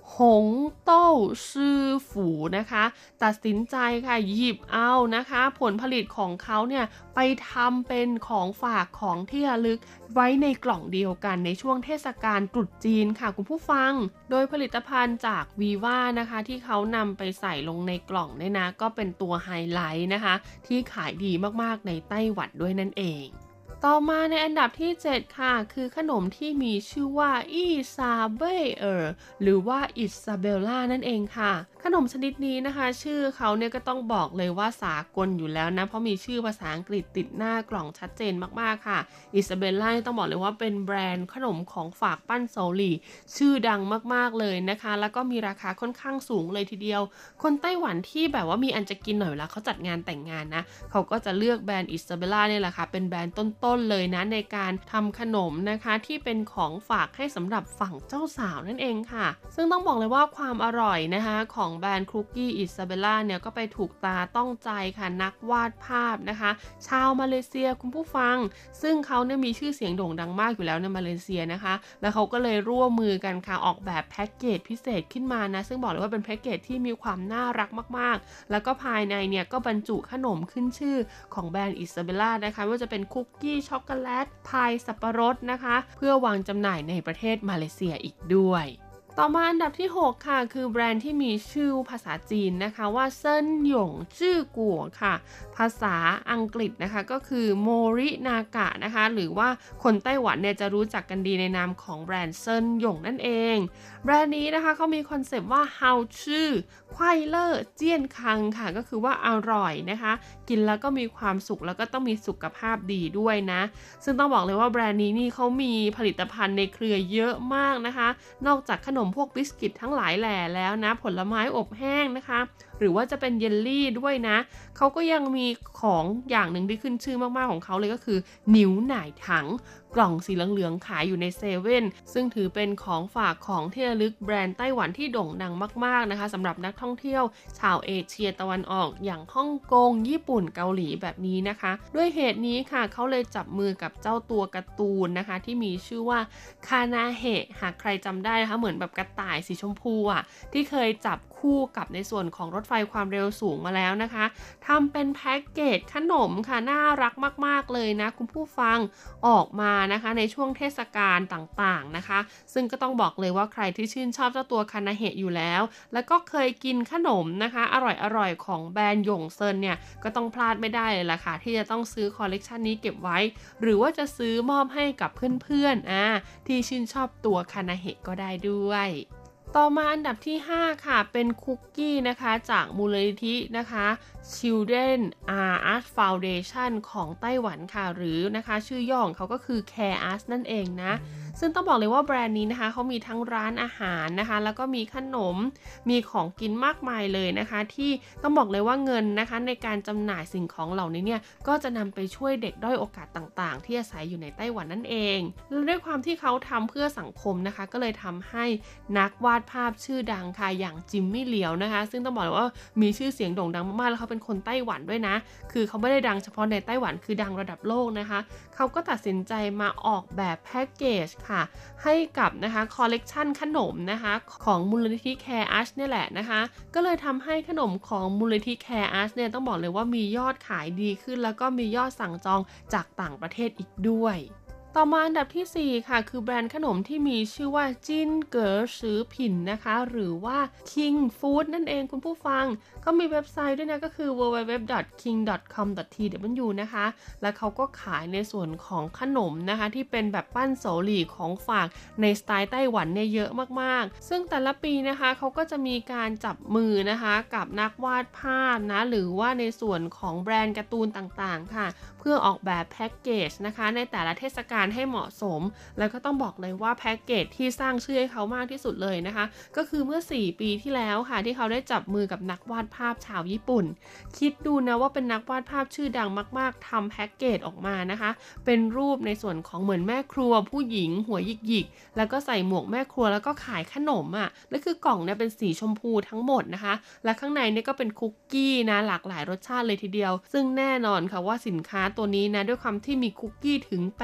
หงเต้าซื่อฝูนะคะตัดสินใจค่ะหยิบเอานะคะผลผลิตของเขาเนี่ยไปทำเป็นของฝากของที่ระลึกไว้ในกล่องเดียวกันในช่วงเทศกาลตรุษจีนค่ะคุณผู้ฟังโดยผลิตภัณฑ์จากวีว่านะคะที่เขานำไปใส่ลงในกล่องเนี่ยนะก็เป็นตัวไฮไลท์นะคะที่ขายดีมากๆในไต้หวันด้วยนั่นเองต่อมาในอันดับที่เจ็ดค่ะคือขนมที่มีชื่อว่าอีซาเบเออร์หรือว่าอิซาเบลล่านั่นเองค่ะขนมชนิดนี้นะคะชื่อเขาเนี่ยก็ต้องบอกเลยว่าสากลอยู่แล้วนะเพราะมีชื่อภาษาอังกฤษติดหน้ากล่องชัดเจนมากๆค่ะอิซาเบลล่าต้องบอกเลยว่าเป็นแบรนด์ขนมของฝากปั้นโซหลี่ชื่อดังมากๆเลยนะคะแล้วก็มีราคาค่อนข้างสูงเลยทีเดียวคนไต้หวันที่แบบว่ามีอันจะกินหน่อยเวลาเขาจัดงานแต่งงานนะเขาก็จะเลือกแบรนด์อิซาเบลล่าเนี่ยแหละค่ะเป็นแบรนด์ต้นๆเลยนะในการทำขนมนะคะที่เป็นของฝากให้สำหรับฝั่งเจ้าสาวนั่นเองค่ะซึ่งต้องบอกเลยว่าความอร่อยนะคะของแบรนด์คุกกี้อิซาเบลล่าเนี่ยก็ไปถูกตาต้องใจค่ะนักวาดภาพนะคะชาวมาเลเซียคุณผู้ฟังซึ่งเขาเนี่ยมีชื่อเสียงโด่งดังมากอยู่แล้วในมาเลเซียนะคะแล้วเขาก็เลยร่วมมือกันค่ะออกแบบแพ็กเกจพิเศษขึ้นมานะซึ่งบอกเลยว่าเป็นแพ็กเกจที่มีความน่ารักมากๆแล้วก็ภายในเนี่ยก็บรรจุขนมขึ้นชื่อของแบรนด์อิซาเบลล่านะคะว่าจะเป็นคุกกี้ช็อกโกแลตพายสับปะรดนะคะเพื่อวางจำหน่ายในประเทศมาเลเซียอีกด้วยต่อมาอันดับที่หกค่ะคือแบรนด์ที่มีชื่อภาษาจีนนะคะว่าเซินหยงจื้อกัวค่ะภาษาอังกฤษนะคะก็คือโมรินากะนะคะหรือว่าคนไต้หวันเนี่ยจะรู้จักกันดีในนามของแบรนด์เซินหยงนั่นเองแบรนด์นี้นะคะเขามีคอนเซปต์ว่าเฮาชื่อควายเล่อเจี้ยนคังค่ะก็คือว่าอร่อยนะคะกินแล้วก็มีความสุขแล้วก็ต้องมีสุขภาพดีด้วยนะซึ่งต้องบอกเลยว่าแบรนด์นี้นี่เขามีผลิตภัณฑ์ในเครือเยอะมากนะคะนอกจากขนมพวกบิสกิตทั้งหลายแหล่แล้วนะผลไม้อบแห้งนะคะหรือว่าจะเป็นเยลลี่ด้วยนะเขาก็ยังมีของอย่างหนึ่งที่ขึ้นชื่อมากๆของเขาเลยก็คือนิ้วหน่ายถังกล่องสีเหลืองๆขายอยู่ในเซเว่นซึ่งถือเป็นของฝากของที่ระลึกแบรนด์ไต้หวันที่โด่งดังมากๆนะคะสำหรับนักท่องเที่ยวชาวเอเชียตะวันออกอย่างฮ่องกงญี่ปุ่นเกาหลีแบบนี้นะคะด้วยเหตุนี้ค่ะเขาเลยจับมือกับเจ้าตัวการ์ตูนนะคะที่มีชื่อว่าคานาเฮะหากใครจำได้นะคะเหมือนแบบกระต่ายสีชมพูอ่ะที่เคยจับคู่กับในส่วนของรถไฟความเร็วสูงมาแล้วนะคะทำเป็นแพ็กเกจขนมค่ะน่ารักมากๆเลยนะคุณผู้ฟังออกมานะคะในช่วงเทศกาลต่างๆนะคะซึ่งก็ต้องบอกเลยว่าใครที่ชื่นชอบเจ้าตัวคานาเฮะอยู่แล้วแล้วก็เคยกินขนมนะคะอร่อยๆของแบรนด์หยงเซินเนี่ยก็ต้องพลาดไม่ได้เลยล่ะค่ะที่จะต้องซื้อคอลเลกชันนี้เก็บไว้หรือว่าจะซื้อมอบให้กับเพื่อนๆอ่าที่ชื่นชอบตัวคานาเฮะก็ได้ด้วยต่อมาอันดับที่ห้าค่ะเป็นคุกกี้นะคะจากมูลนิธินะคะ Children Art Foundation ของไต้หวันค่ะหรือนะคะชื่อย่อของเขาก็คือ Care Arts นั่นเองนะซึ่งต้องบอกเลยว่าแบรนด์นี้นะคะเขามีทั้งร้านอาหารนะคะแล้วก็มีขนมมีของกินมากมายเลยนะคะที่ต้องบอกเลยว่าเงินนะคะในการจำหน่ายสิ่งของเหล่านี้เนี่ยก็จะนำไปช่วยเด็กด้อยโอกาสต่างๆที่อาศัยอยู่ในไต้หวันนั่นเองและด้วยความที่เขาทำเพื่อสังคมนะคะก็เลยทำให้นักวาดภาพชื่อดังค่ะอย่างจิมมี่เหลียวนะคะซึ่งต้องบอกเลยว่ามีชื่อเสียงโด่งดังมากๆแล้วเขาเป็นคนไต้หวันด้วยนะคือเขาไม่ได้ดังเฉพาะในไต้หวันคือดังระดับโลกนะคะเขาก็ตัดสินใจมาออกแบบแพ็กเกจค่ะให้กับนะคะคอลเลกชันขนมนะคะของมูลนิธิ Care Arts เนี่ยแหละนะคะก็เลยทำให้ขนมของมูลนิธิ Care Arts เนี่ยต้องบอกเลยว่ามียอดขายดีขึ้นแล้วก็มียอดสั่งจองจากต่างประเทศอีกด้วยต่อมาอันดับที่สี่ค่ะคือแบรนด์ขนมที่มีชื่อว่าจินเก๋อซื้อผินนะคะหรือว่า King Food นั่นเองคุณผู้ฟังเขามีเว็บไซต์ด้วยนะก็คือ ดับเบิลยู ดับเบิลยู ดับเบิลยู ดอท คิง ดอท คอม ดอท ที ดับเบิลยู นะคะแล้วเขาก็ขายในส่วนของขนมนะคะที่เป็นแบบปั้นโสหลี่ของฝากในสไตล์ไต้หวันเนี่ยเยอะมากๆซึ่งแต่ละปีนะคะเขาก็จะมีการจับมือนะคะกับนักวาดภาพนะหรือว่าในส่วนของแบรนด์การ์ตูนต่างๆค่ะเพื่อออกแบบแพ็กเกจนะคะในแต่ละเทศกาลให้เหมาะสมแล้วก็ต้องบอกเลยว่าแพ็กเกจที่สร้างชื่อให้เขามากที่สุดเลยนะคะก็คือเมื่อสี่ปีที่แล้วค่ะที่เขาได้จับมือกับนักวาดภาพชาวญี่ปุ่นคิดดูนะว่าเป็นนักวาดภาพชื่อดังมากๆทำแพ็กเกจออกมานะคะเป็นรูปในส่วนของเหมือนแม่ครัวผู้หญิงหัวหยิกๆแล้วก็ใส่หมวกแม่ครัวแล้วก็ขายขนมอ่ะและคือกล่องเนี่ยเป็นสีชมพูทั้งหมดนะคะและข้างในเนี่ยก็เป็นคุกกี้นะหลากหลายรสชาติเลยทีเดียวซึ่งแน่นอนค่ะว่าสินค้าตัวนี้นะด้วยความที่มีคุกกี้ถึงแปดรส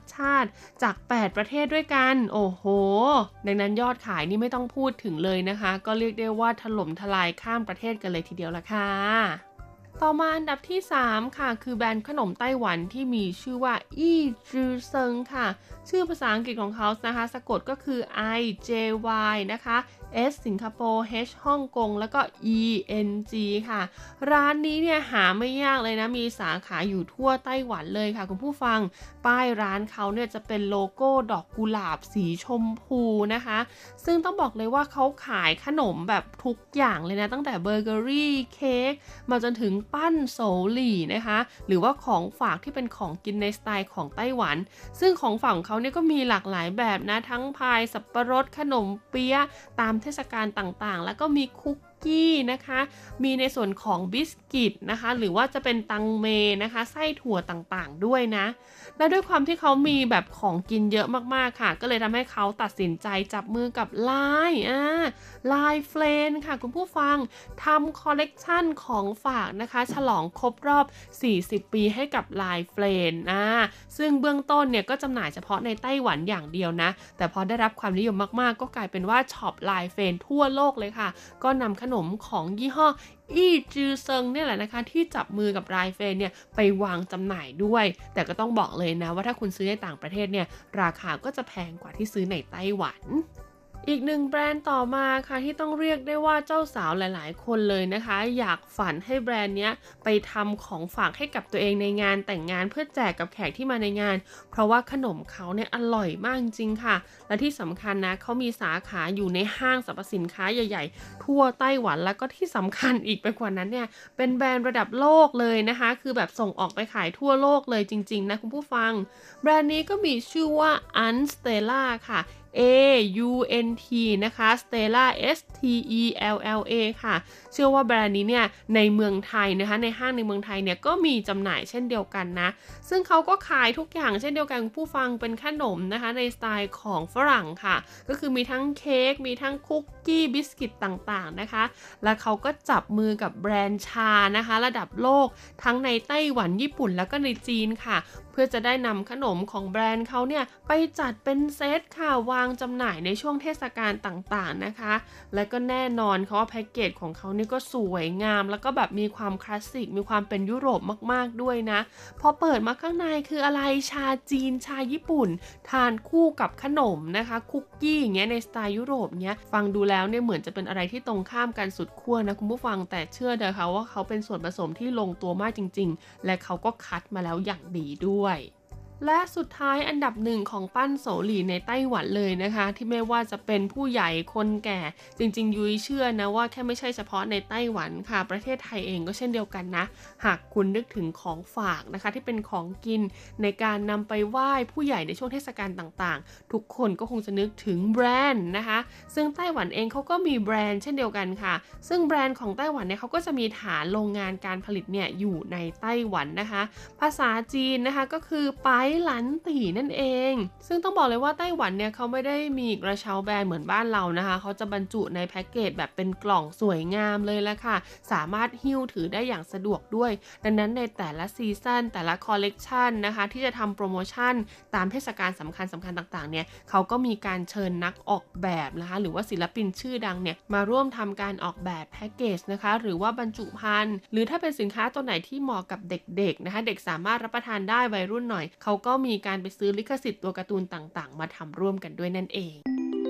ชาติจากแปดประเทศด้วยกันโอ้โหดังนั้นยอดขายนี่ไม่ต้องพูดถึงเลยนะคะก็เรียกได้ว่าถล่มทลายข้ามประเทศกันเลยทีเดียวละค่ะต่อมาอันดับที่สามค่ะคือแบรนด์ขนมไต้หวันที่มีชื่อว่าอี้จือเซิงค่ะชื่อภาษาอังกฤษของเขานะคะสะกดก็คือ I J Y นะคะ S สิงคโปร์ H ฮ่องกงแล้วก็ E N G ค่ะร้านนี้เนี่ยหาไม่ยากเลยนะมีสาขาอยู่ทั่วไต้หวันเลยค่ะคุณผู้ฟังป้ายร้านเขาเนี่ยจะเป็นโลโก้ดอกกุหลาบสีชมพูนะคะซึ่งต้องบอกเลยว่าเขาขายขนมแบบทุกอย่างเลยนะตั้งแต่เบเกอรี่เค้กมาจนถึงปั้นโซหลี่นะคะหรือว่าของฝากที่เป็นของกินในสไตล์ของไต้หวันซึ่งของฝากของเขาเนี่ยก็มีหลากหลายแบบนะทั้งพายสับปะรดขนมเปี๊ยะตามเทศกาลต่างๆแล้วก็มีคุกกี้นะคะมีในส่วนของบิสกิตนะคะหรือว่าจะเป็นตังเมนะคะไส้ถั่วต่างๆด้วยนะและด้วยความที่เขามีแบบของกินเยอะมากๆค่ะก็เลยทำให้เขาตัดสินใจจับมือกับไลน์อ่าไลน์เฟรนด์ค่ะคุณผู้ฟังทำคอลเลกชันของฝากนะคะฉลองครบรอบสี่สิบปีให้กับไลน์เฟรนด์อ่าซึ่งเบื้องต้นเนี่ยก็จำหน่ายเฉพาะในไต้หวันอย่างเดียวนะแต่พอได้รับความนิยมมากๆก็กลายเป็นว่าช็อปไลน์เฟรนด์ทั่วโลกเลยค่ะก็นำขนมของยี่ห้ออี้จือเซิงเนี่ยแหละนะคะที่จับมือกับไลน์เฟรนด์เนี่ยไปวางจำหน่ายด้วยแต่ก็ต้องบอกเลยนะว่าถ้าคุณซื้อในต่างประเทศเนี่ยราคาก็จะแพงกว่าที่ซื้อในไต้หวันอีกหนึ่งแบรนด์ต่อมาค่ะที่ต้องเรียกได้ว่าเจ้าสาวหลายๆคนเลยนะคะอยากฝันให้แบรนด์เนี้ยไปทำของฝากให้กับตัวเองในงานแต่งงานเพื่อแจกกับแขกที่มาในงานเพราะว่าขนมเขาเนี่ยอร่อยมากจริงค่ะและที่สำคัญนะเขามีสาขาอยู่ในห้างสรรพสินค้าใหญ่ๆทั่วไต้หวันแล้วก็ที่สำคัญอีกไปกว่านั้นเนี่ยเป็นแบรนด์ระดับโลกเลยนะคะคือแบบส่งออกไปขายทั่วโลกเลยจริงๆนะคุณผู้ฟังแบรนด์นี้ก็มีชื่อว่า Unstella ค่ะA U N T นะคะ Stella S T E L L A ค่ะเชื่อว่าแบรนด์นี้เนี่ยในเมืองไทยนะคะในห้างในเมืองไทยเนี่ยก็มีจำหน่ายเช่นเดียวกันนะซึ่งเขาก็ขายทุกอย่างเช่นเดียวกันผู้ฟังเป็นขนมนะคะในสไตล์ของฝรั่งค่ะก็คือมีทั้งเค้กมีทั้งคุกกี้บิสกิตต่างๆนะคะและเขาก็จับมือกับแบรนด์ชานะคะระดับโลกทั้งในไต้หวันญี่ปุ่นแล้วก็ในจีนค่ะเพื่อจะได้นำขนมของแบรนด์เขาเนี่ยไปจัดเป็นเซตค่ะวางจำหน่ายในช่วงเทศกาลต่างๆนะคะและก็แน่นอนเขาว่าแพ็กเกจของเขานี่ก็สวยงามแล้วก็แบบมีความคลาสสิกมีความเป็นยุโรปมากๆด้วยนะพอเปิดมาข้างในคืออะไรชาจีนชาญี่ปุ่นทานคู่กับขนมนะคะคุกกี้อย่างเงี้ยในสไตล์ยุโรปเงี้ยฟังดูแล้วเนี่ยเหมือนจะเป็นอะไรที่ตรงข้ามกันสุดขั้วนะคุณผู้ฟังแต่เชื่อเถอะค่ะว่าเขาเป็นส่วนผสมที่ลงตัวมากจริงๆและเขาก็คัดมาแล้วอย่างดีด้วยและสุดท้ายอันดับหนึ่งของปั้นโสหลี่ในไต้หวันเลยนะคะที่ไม่ว่าจะเป็นผู้ใหญ่คนแก่จริงๆยุ้ยเชื่อนะว่าแค่ไม่ใช่เฉพาะในไต้หวันค่ะประเทศไทยเองก็เช่นเดียวกันนะหากคุณนึกถึงของฝากนะคะที่เป็นของกินในการนำไปไหว้ผู้ใหญ่ในช่วงเทศกาลต่างๆทุกคนก็คงจะนึกถึงแบรนด์นะคะซึ่งไต้หวันเองเขาก็มีแบรนด์เช่นเดียวกันค่ะซึ่งแบรนด์ของไต้หวันเนี่ยเขาก็จะมีฐานโรงงานการผลิตเนี่ยอยู่ในไต้หวันนะคะภาษาจีนนะคะก็คือไปหลันตีนั่นเองซึ่งต้องบอกเลยว่าไต้หวันเนี่ยเขาไม่ได้มีกระเช้าแบรนด์เหมือนบ้านเรานะคะเขาจะบรรจุในแพ็กเกจแบบเป็นกล่องสวยงามเลยละค่ะสามารถหิ้วถือได้อย่างสะดวกด้วยดังนั้นในแต่ละซีซั่นแต่ละคอลเลกชันนะคะที่จะทำโปรโมชั่นตามเทศกาลสำคัญสำคัญต่างๆเนี่ยเขาก็มีการเชิญนักออกแบบนะคะหรือว่าศิลปินชื่อดังเนี่ยมาร่วมทำการออกแบบแพ็กเกจนะคะหรือว่าบรรจุภัณฑ์หรือถ้าเป็นสินค้าตัวไหนที่เหมาะกับเด็กๆนะคะเด็กสามารถรับประทานได้วัยรุ่นหน่อยเขาก็มีการไปซื้อลิขสิทธิ์ตัวการ์ตูนต่างๆมาทำร่วมกันด้วยนั่นเอง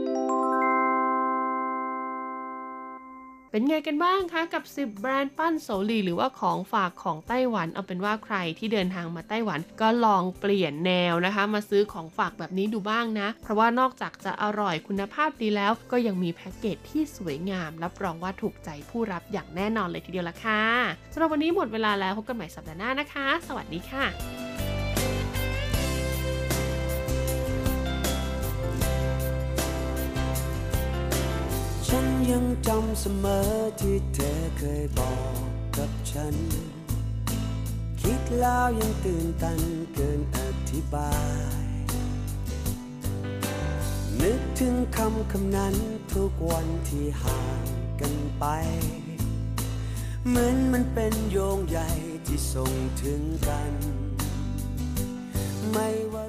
เป็นไงกันบ้างคะกับสิบแบรนด์ปั้นโสหลี่หรือว่าของฝากของไต้หวันเอาเป็นว่าใครที่เดินทางมาไต้หวันก็ลองเปลี่ยนแนวนะคะมาซื้อของฝากแบบนี้ดูบ้างนะเพราะว่านอกจากจะอร่อยคุณภาพดีแล้วก็ยังมีแพ็กเกจที่สวยงามรับรองว่าถูกใจผู้รับอย่างแน่นอนเลยทีเดียวละค่ะสำหรับวันนี้หมดเวลาแล้วพบกันใหม่สัปดาห์หน้านะคะสวัสดีค่ะฉันยังจำเสมอที่เธอเคยบอกกับฉันคิดแล้วยังตื่นตันเกินอธิบายนึกถึงคำคำนั้นทุกวันที่ห่างกันไปเหมือนมันเป็นโยงใยที่ส่งถึงกันไม่ว่า